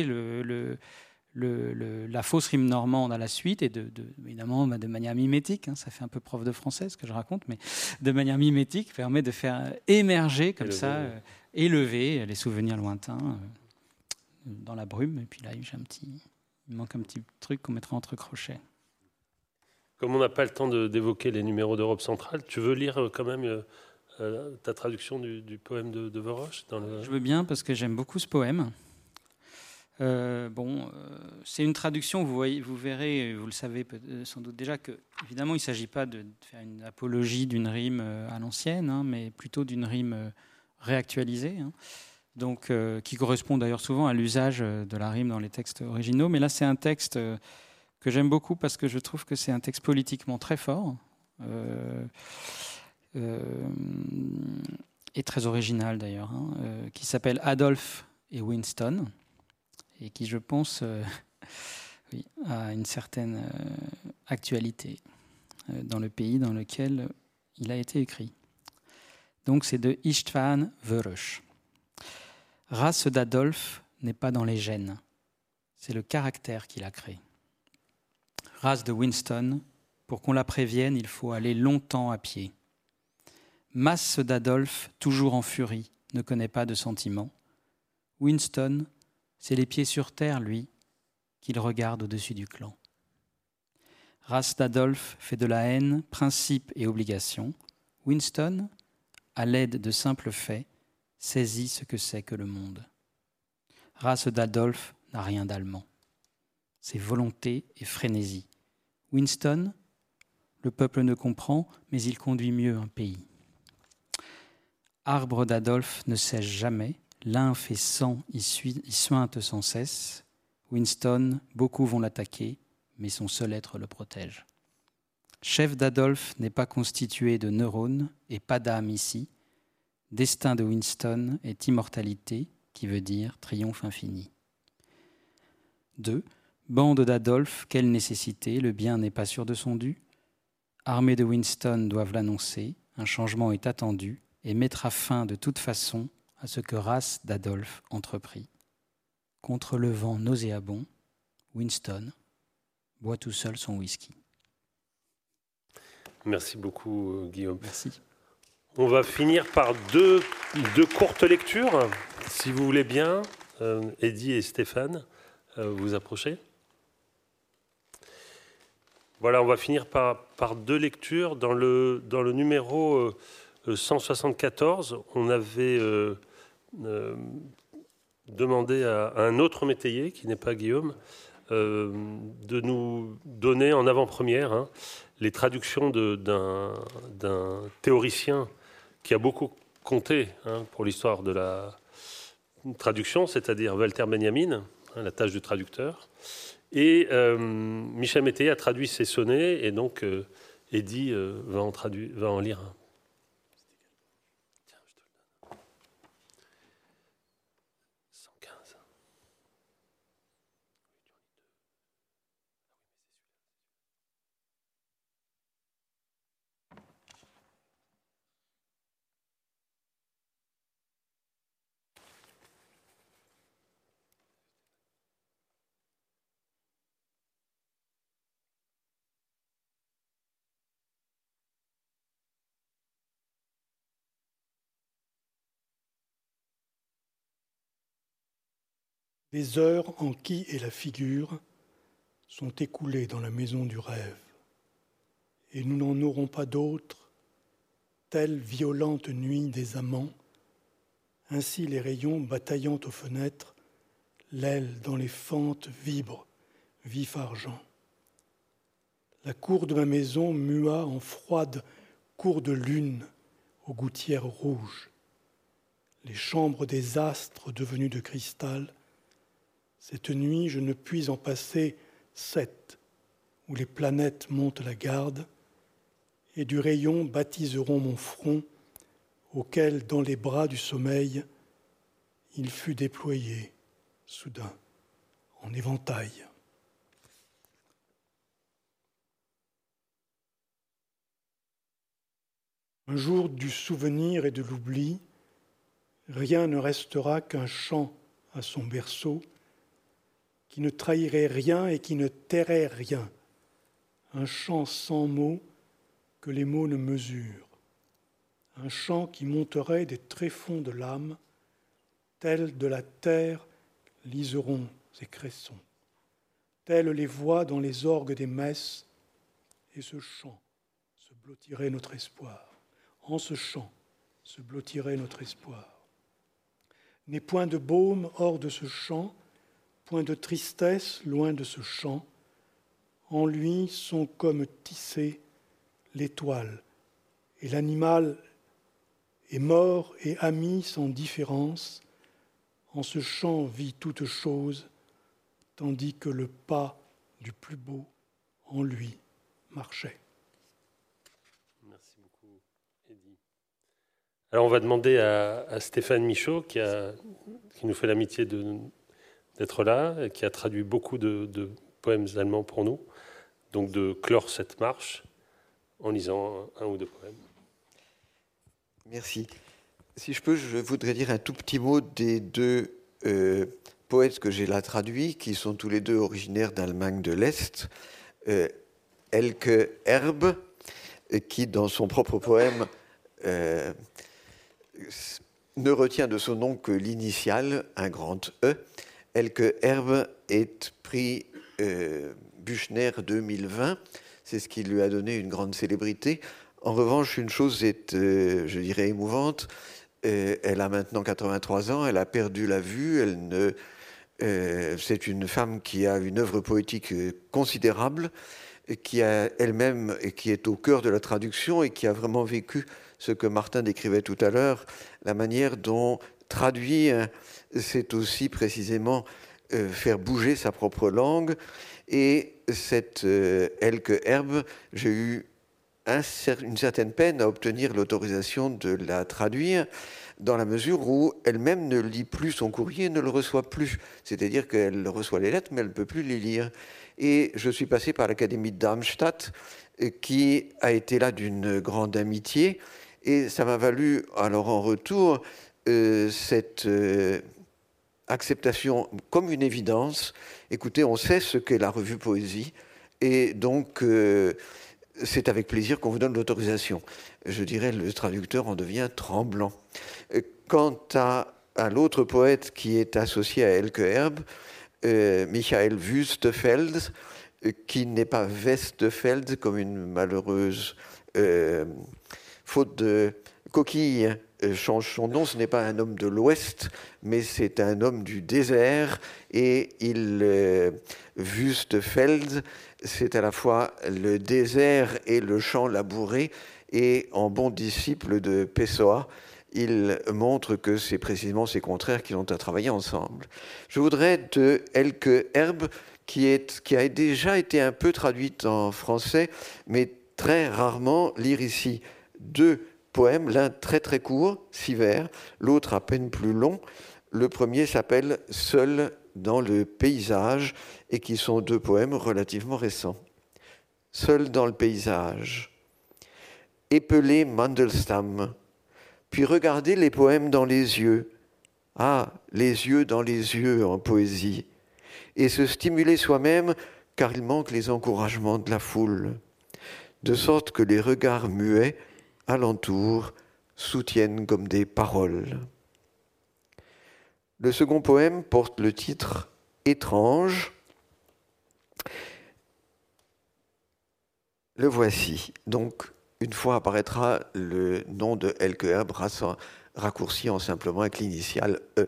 la fausse rime normande à la suite, et évidemment de manière mimétique, ça fait un peu prof de français ce que je raconte, mais de manière mimétique permet de faire émerger comme élever les souvenirs lointains dans la brume. Et puis là, il manque un petit truc qu'on mettra entre crochets. Comme on n'a pas le temps d'évoquer les numéros d'Europe centrale, tu veux lire quand même ta traduction du poème de Döverosch Je veux bien, parce que j'aime beaucoup ce poème. C'est une traduction, vous verrez, vous le savez sans doute déjà, que évidemment il ne s'agit pas de faire une apologie d'une rime à l'ancienne, mais plutôt d'une rime réactualisée, donc, qui correspond d'ailleurs souvent à l'usage de la rime dans les textes originaux. Mais là, c'est un texte que j'aime beaucoup parce que je trouve que c'est un texte politiquement très fort. Et très original d'ailleurs, qui s'appelle Adolphe et Winston, et qui, je pense, a une certaine actualité dans le pays dans lequel il a été écrit. Donc c'est de István Vörös. Race d'Adolphe n'est pas dans les gènes, c'est le caractère qui l'a créé. Race de Winston, pour qu'on la prévienne, il faut aller longtemps à pied. Masse d'Adolphe, toujours en furie, ne connaît pas de sentiments. Winston, c'est les pieds sur terre, lui, qu'il regarde au-dessus du clan. Race d'Adolphe fait de la haine principe et obligation. Winston, à l'aide de simples faits, saisit ce que c'est que le monde. Race d'Adolphe n'a rien d'allemand. C'est volonté et frénésie. Winston, le peuple ne comprend, mais il conduit mieux un pays. Arbre d'Adolphe ne sèche jamais, l'un fait sang, il suinte sans cesse. Winston, beaucoup vont l'attaquer, mais son seul être le protège. Chef d'Adolphe n'est pas constitué de neurones et pas d'âme ici. Destin de Winston est immortalité, qui veut dire triomphe infini. 2. Bande d'Adolphe, quelle nécessité, le bien n'est pas sûr de son dû. Armée de Winston doivent l'annoncer, un changement est attendu et mettra fin de toute façon à ce que race d'Adolphe entreprit. Contre le vent nauséabond, Winston boit tout seul son whisky. Merci beaucoup, Guillaume. Merci. On va finir par deux courtes lectures, si vous voulez bien. Eddy et Stéphane, vous approchez. Voilà, on va finir par deux lectures. Dans le numéro 174, on avait demandé à un autre métayer, qui n'est pas Guillaume, de nous donner en avant-première les traductions d'un théoricien qui a beaucoup compté pour l'histoire de la traduction, c'est-à-dire Walter Benjamin, la tâche du traducteur. Et Michel Métayer a traduit ses sonnets, et donc Eddy va en lire un. Tiens, je te le donne. 115. Les heures en qui et la figure sont écoulées dans la maison du rêve, et nous n'en aurons pas d'autres, telle violente nuit des amants, ainsi les rayons bataillant aux fenêtres, l'aile dans les fentes vibre, vif argent. La cour de ma maison mua en froide cour de lune aux gouttières rouges. Les chambres des astres devenus de cristal. Cette nuit, je ne puis en passer 7, où les planètes montent la garde, et du rayon baptiseront mon front, auquel, dans les bras du sommeil, il fut déployé, soudain, en éventail. Un jour du souvenir et de l'oubli, rien ne restera qu'un chant à son berceau, qui ne trahirait rien et qui ne tairait rien, un chant sans mots que les mots ne mesurent, un chant qui monterait des tréfonds de l'âme, tels de la terre liseront ses cressons, telles les voix dans les orgues des messes, et ce chant se blottirait notre espoir. En ce chant se blottirait notre espoir. N'est point de baume hors de ce chant, point de tristesse loin de ce chant. En lui sont comme tissées l'étoile, et l'animal est mort et ami sans différence. En ce chant vit toute chose, tandis que le pas du plus beau en lui marchait. Merci beaucoup, Eddy. Alors on va demander à Stéphane Michaud, qui nous fait l'amitié d'être là, qui a traduit beaucoup de poèmes allemands pour nous, donc de clore cette marche en lisant un ou deux poèmes. Merci. Si je peux, je voudrais dire un tout petit mot des deux poètes que j'ai là traduits, qui sont tous les deux originaires d'Allemagne de l'Est. Elke Erb, qui, dans son propre poème, ne retient de son nom que l'initiale, un grand E. Elke Erb est prix Büchner 2020. C'est ce qui lui a donné une grande célébrité. En revanche, une chose est, je dirais, émouvante. Elle a maintenant 83 ans, elle a perdu la vue. C'est une femme qui a une œuvre poétique considérable, qui a elle-même et qui est au cœur de la traduction et qui a vraiment vécu ce que Martin décrivait tout à l'heure, la manière dont traduire, c'est aussi précisément faire bouger sa propre langue. Et cette Elke Erb, j'ai eu une certaine peine à obtenir l'autorisation de la traduire, dans la mesure où elle-même ne lit plus son courrier et ne le reçoit plus. C'est-à-dire qu'elle reçoit les lettres, mais elle ne peut plus les lire. Et je suis passé par l'Académie de Darmstadt, qui a été là d'une grande amitié, et ça m'a valu, alors en retour, cette acceptation comme une évidence. Écoutez, on sait ce qu'est la revue Poésie, et donc c'est avec plaisir qu'on vous donne l'autorisation. Je dirais, le traducteur en devient tremblant. Quant à l'autre poète qui est associé à Elke Herb, Michael Wüstefeld, qui n'est pas Westfeld, comme une malheureuse faute de coquille change son nom. Ce n'est pas un homme de l'Ouest, mais c'est un homme du désert. Et Wüstefeld, c'est à la fois le désert et le champ labouré. Et en bon disciple de Pessoa, il montre que c'est précisément ces contraires qui ont à travailler ensemble. Je voudrais de Elke Herb, qui a déjà été un peu traduite en français, mais très rarement, lire ici 2 poèmes, l'un très très court, 6 vers, l'autre à peine plus long. Le premier s'appelle « Seul dans le paysage » et qui sont 2 poèmes relativement récents. « Seul dans le paysage ». Épeler Mandelstam, puis regarder les poèmes dans les yeux. Ah, les yeux dans les yeux en poésie. Et se stimuler soi-même, car il manque les encouragements de la foule, de sorte que les regards muets alentour soutiennent comme des paroles. Le second poème porte le titre « Étrange ». Le voici. Donc, une fois apparaîtra le nom de Elke Herb raccourci en simplement avec l'initiale E.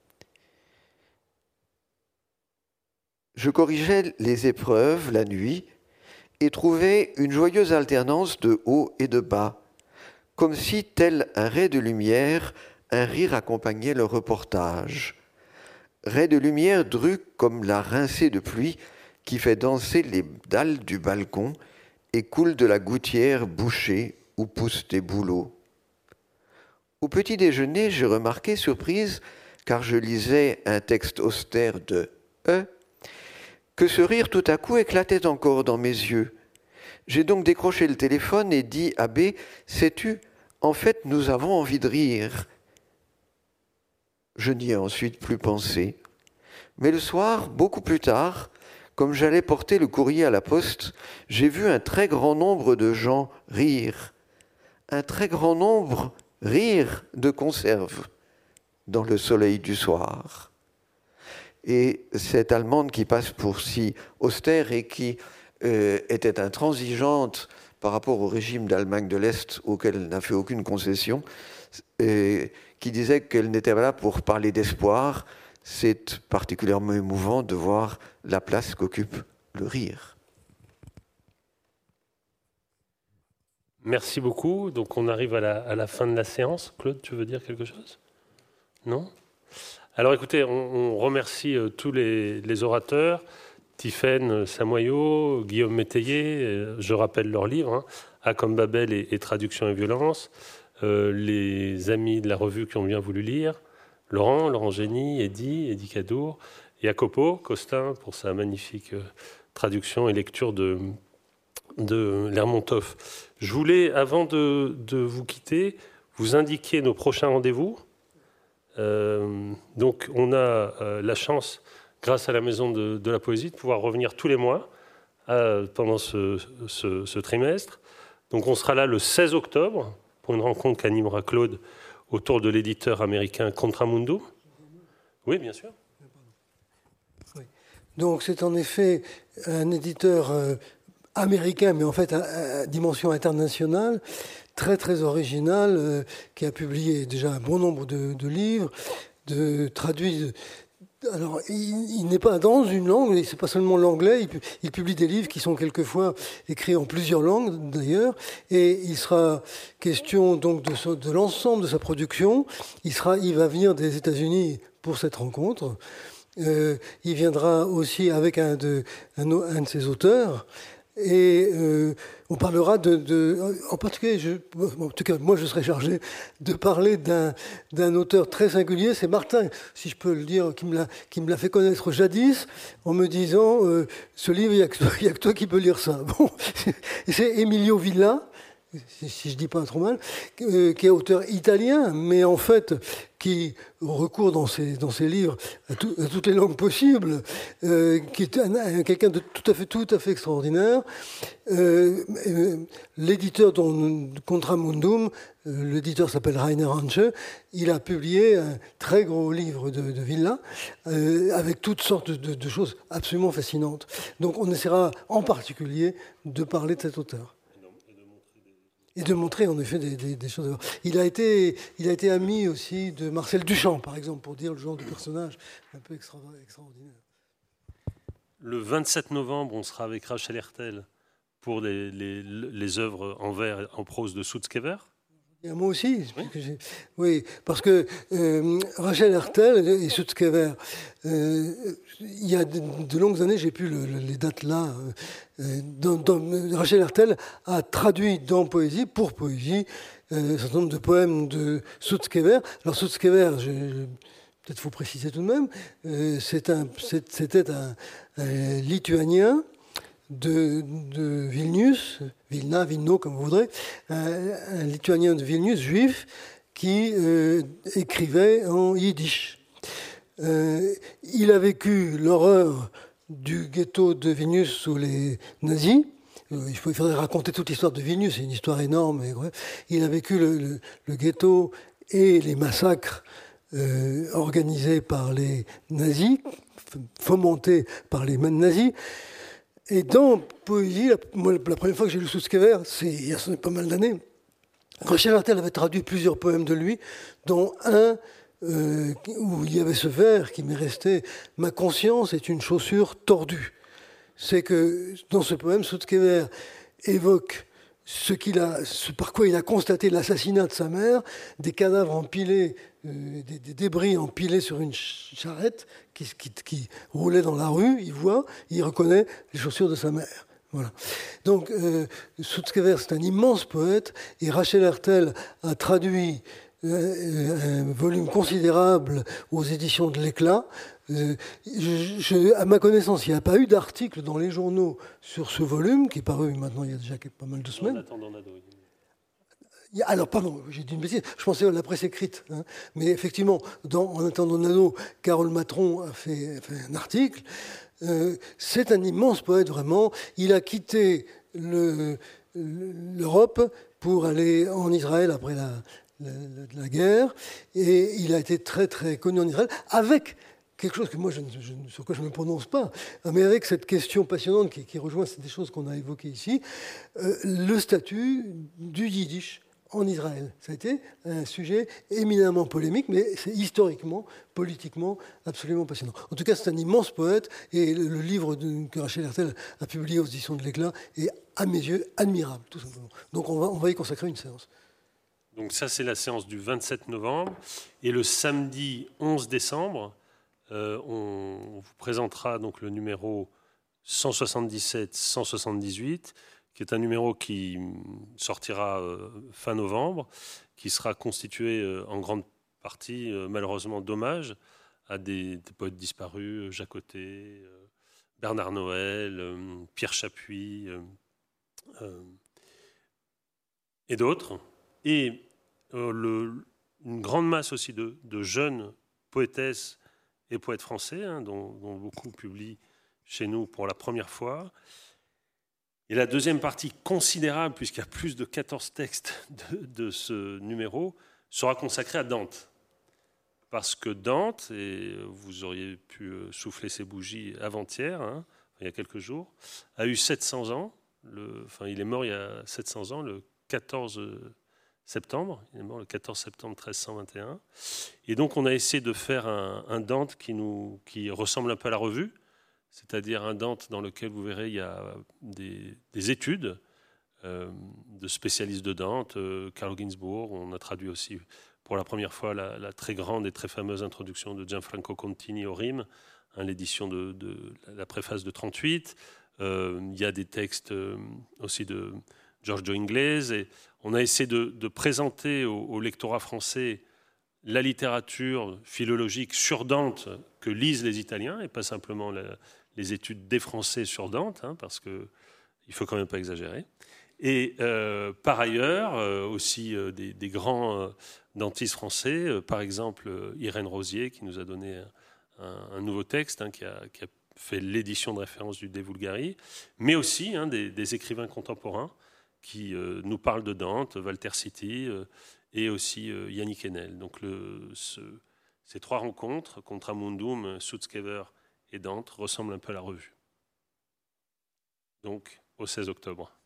Je corrigeais les épreuves la nuit et trouvais une joyeuse alternance de haut et de bas, comme si, tel un ray de lumière, un rire accompagnait le reportage. Ray de lumière dru comme la rincée de pluie qui fait danser les dalles du balcon et coule de la gouttière bouchée où poussent des bouleaux. Au petit déjeuner, j'ai remarqué, surprise, car je lisais un texte austère de E, que ce rire tout à coup éclatait encore dans mes yeux. J'ai donc décroché le téléphone et dit à B, « Sais-tu, en fait, nous avons envie de rire. » Je n'y ai ensuite plus pensé. Mais le soir, beaucoup plus tard, comme j'allais porter le courrier à la poste, j'ai vu un très grand nombre de gens rire. Un très grand nombre rire de conserve dans le soleil du soir. Et cette Allemande qui passe pour si austère et qui était intransigeante par rapport au régime d'Allemagne de l'Est auquel elle n'a fait aucune concession, qui disait qu'elle n'était pas là pour parler d'espoir. C'est particulièrement émouvant de voir la place qu'occupe le rire. Merci beaucoup. Donc on arrive à la fin de la séance. Claude, tu veux dire quelque chose? Non? Alors écoutez, on remercie tous les orateurs, Tiffaine Samoyau, Guillaume Métayer, je rappelle leurs livres, A comme Babel et Traduction et violence, les amis de la revue qui ont bien voulu lire, Laurent Génie, Eddy Cadour, Jacopo Costin pour sa magnifique traduction et lecture de Lermontov. Je voulais, avant de vous quitter, vous indiquer nos prochains rendez-vous. Donc on a la chance, grâce à la Maison de la Poésie, de pouvoir revenir tous les mois pendant ce trimestre. Donc on sera là le 16 octobre pour une rencontre qu'animera Claude autour de l'éditeur américain Contramundo. Oui, bien sûr. Oui. Donc c'est en effet un éditeur américain, mais en fait à dimension internationale, très très original, qui a publié déjà un bon nombre de livres, traduits. Alors, il n'est pas dans une langue, et c'est pas seulement l'anglais, il publie des livres qui sont quelquefois écrits en plusieurs langues d'ailleurs, et il sera question donc de l'ensemble de sa production. Il va venir des États-Unis pour cette rencontre. Il viendra aussi avec un de ses auteurs, Et on parlera en particulier, en tout cas moi je serai chargé de parler d'un auteur très singulier, c'est Martin, si je peux le dire, qui me l'a fait connaître jadis en me disant ce livre, il n'y a que toi qui peux lire ça. Bon, c'est Emilio Villa, si je ne dis pas trop mal, qui est auteur italien, mais en fait qui recourt dans ses livres à toutes les langues possibles, qui est quelqu'un de tout à fait extraordinaire. L'éditeur Contramundum, l'éditeur s'appelle Rainer Hanche, il a publié un très gros livre de Villa, avec toutes sortes de choses absolument fascinantes. Donc on essaiera en particulier de parler de cet auteur. Et de montrer en effet des choses. Il a été ami aussi de Marcel Duchamp, par exemple, pour dire le genre de personnage un peu extraordinaire. Le 27 novembre, on sera avec Rachel Hertel pour les œuvres en vers et en prose de Sutzkever. Moi aussi, oui, parce que Rachel Hertel et Sutzkever, il y a de longues années, j'ai plus les dates là. Rachel Hertel a traduit dans Poésie, pour Poésie, un certain nombre de poèmes de Sutzkever. Alors Sutzkever, peut-être faut préciser tout de même, c'était un Lituanien de Vilnius, Vilno, comme vous voudrez, un Lituanien de Vilnius, juif, qui écrivait en yiddish. Il a vécu l'horreur du ghetto de Vilnius sous les nazis. Il faudrait raconter toute l'histoire de Vilnius, c'est une histoire énorme. Il a vécu le ghetto et les massacres organisés par les nazis, fomentés par les nazis. Et dans Poésie, la première fois que j'ai lu Sutzkever, il y a pas mal d'années, Rachel Hertel avait traduit plusieurs poèmes de lui, dont un où il y avait ce vers qui m'est resté « Ma conscience est une chaussure tordue ». C'est que dans ce poème, Sutzkever évoque ce par quoi il a constaté l'assassinat de sa mère, des cadavres empilés, des débris empilés sur une charrette qui roulait dans la rue. Il reconnaît les chaussures de sa mère. Voilà. Donc, Sutzkever, c'est un immense poète, et Rachel Hertel a traduit un volume considérable aux éditions de l'Éclat. À ma connaissance, il n'y a pas eu d'article dans les journaux sur ce volume, qui est paru maintenant il y a déjà pas mal de semaines. En attendant Nado. Alors, pardon, j'ai dit une bêtise, je pensais à la presse écrite. Hein. Mais effectivement, En attendant Nado, Carole Matron a fait un article. C'est un immense poète, vraiment. Il a quitté l'Europe pour aller en Israël après la guerre, et il a été très très connu en Israël avec quelque chose que moi sur quoi je ne me prononce pas, mais avec cette question passionnante qui rejoint des choses qu'on a évoquées ici, le statut du yiddish en Israël. Ça a été un sujet éminemment polémique, mais c'est historiquement, politiquement, absolument passionnant. En tout cas, c'est un immense poète, et le livre que Rachel Hertel a publié aux éditions de l'Éclat est, à mes yeux, admirable, tout simplement. Donc on va y consacrer une séance. Donc ça, c'est la séance du 27 novembre. Et le samedi 11 décembre, on vous présentera donc le numéro 177-178, qui est un numéro qui sortira fin novembre, qui sera constitué en grande partie, malheureusement, d'hommages à des poètes disparus, Jacques Côté, Bernard Noël, Pierre Chapuis et d'autres. Et une grande masse aussi de jeunes poétesses et poètes français, dont beaucoup publient chez nous pour la première fois. Et la deuxième partie considérable, puisqu'il y a plus de 14 textes de ce numéro, sera consacrée à Dante. Parce que Dante, et vous auriez pu souffler ses bougies avant-hier, il y a quelques jours, a eu 700 ans. Il est mort il y a 700 ans, le 14 septembre. Il est mort le 14 septembre 1321. Et donc, on a essayé de faire un Dante qui ressemble un peu à la revue, c'est-à-dire un Dante dans lequel, vous verrez, il y a des études de spécialistes de Dante. Carlo Ginzburg, on a traduit aussi pour la première fois la très grande et très fameuse introduction de Gianfranco Contini au Rime, l'édition de la préface de 38. Il y a des textes aussi de Giorgio Inglese. Et on a essayé de présenter au lectorat français la littérature philologique sur Dante que lisent les Italiens, et pas simplement les études des Français sur Dante, parce qu'il ne faut quand même pas exagérer. Et par ailleurs, aussi des grands dentistes français, par exemple Irène Rosier, qui nous a donné un nouveau texte, qui a fait l'édition de référence du De Vulgari, mais aussi des écrivains contemporains qui nous parlent de Dante, Walter City, et aussi Yannick Enel. Donc ces trois rencontres, Contramundum, Sutzkever et Dante, ressemblent un peu à la revue. Donc au 16 octobre.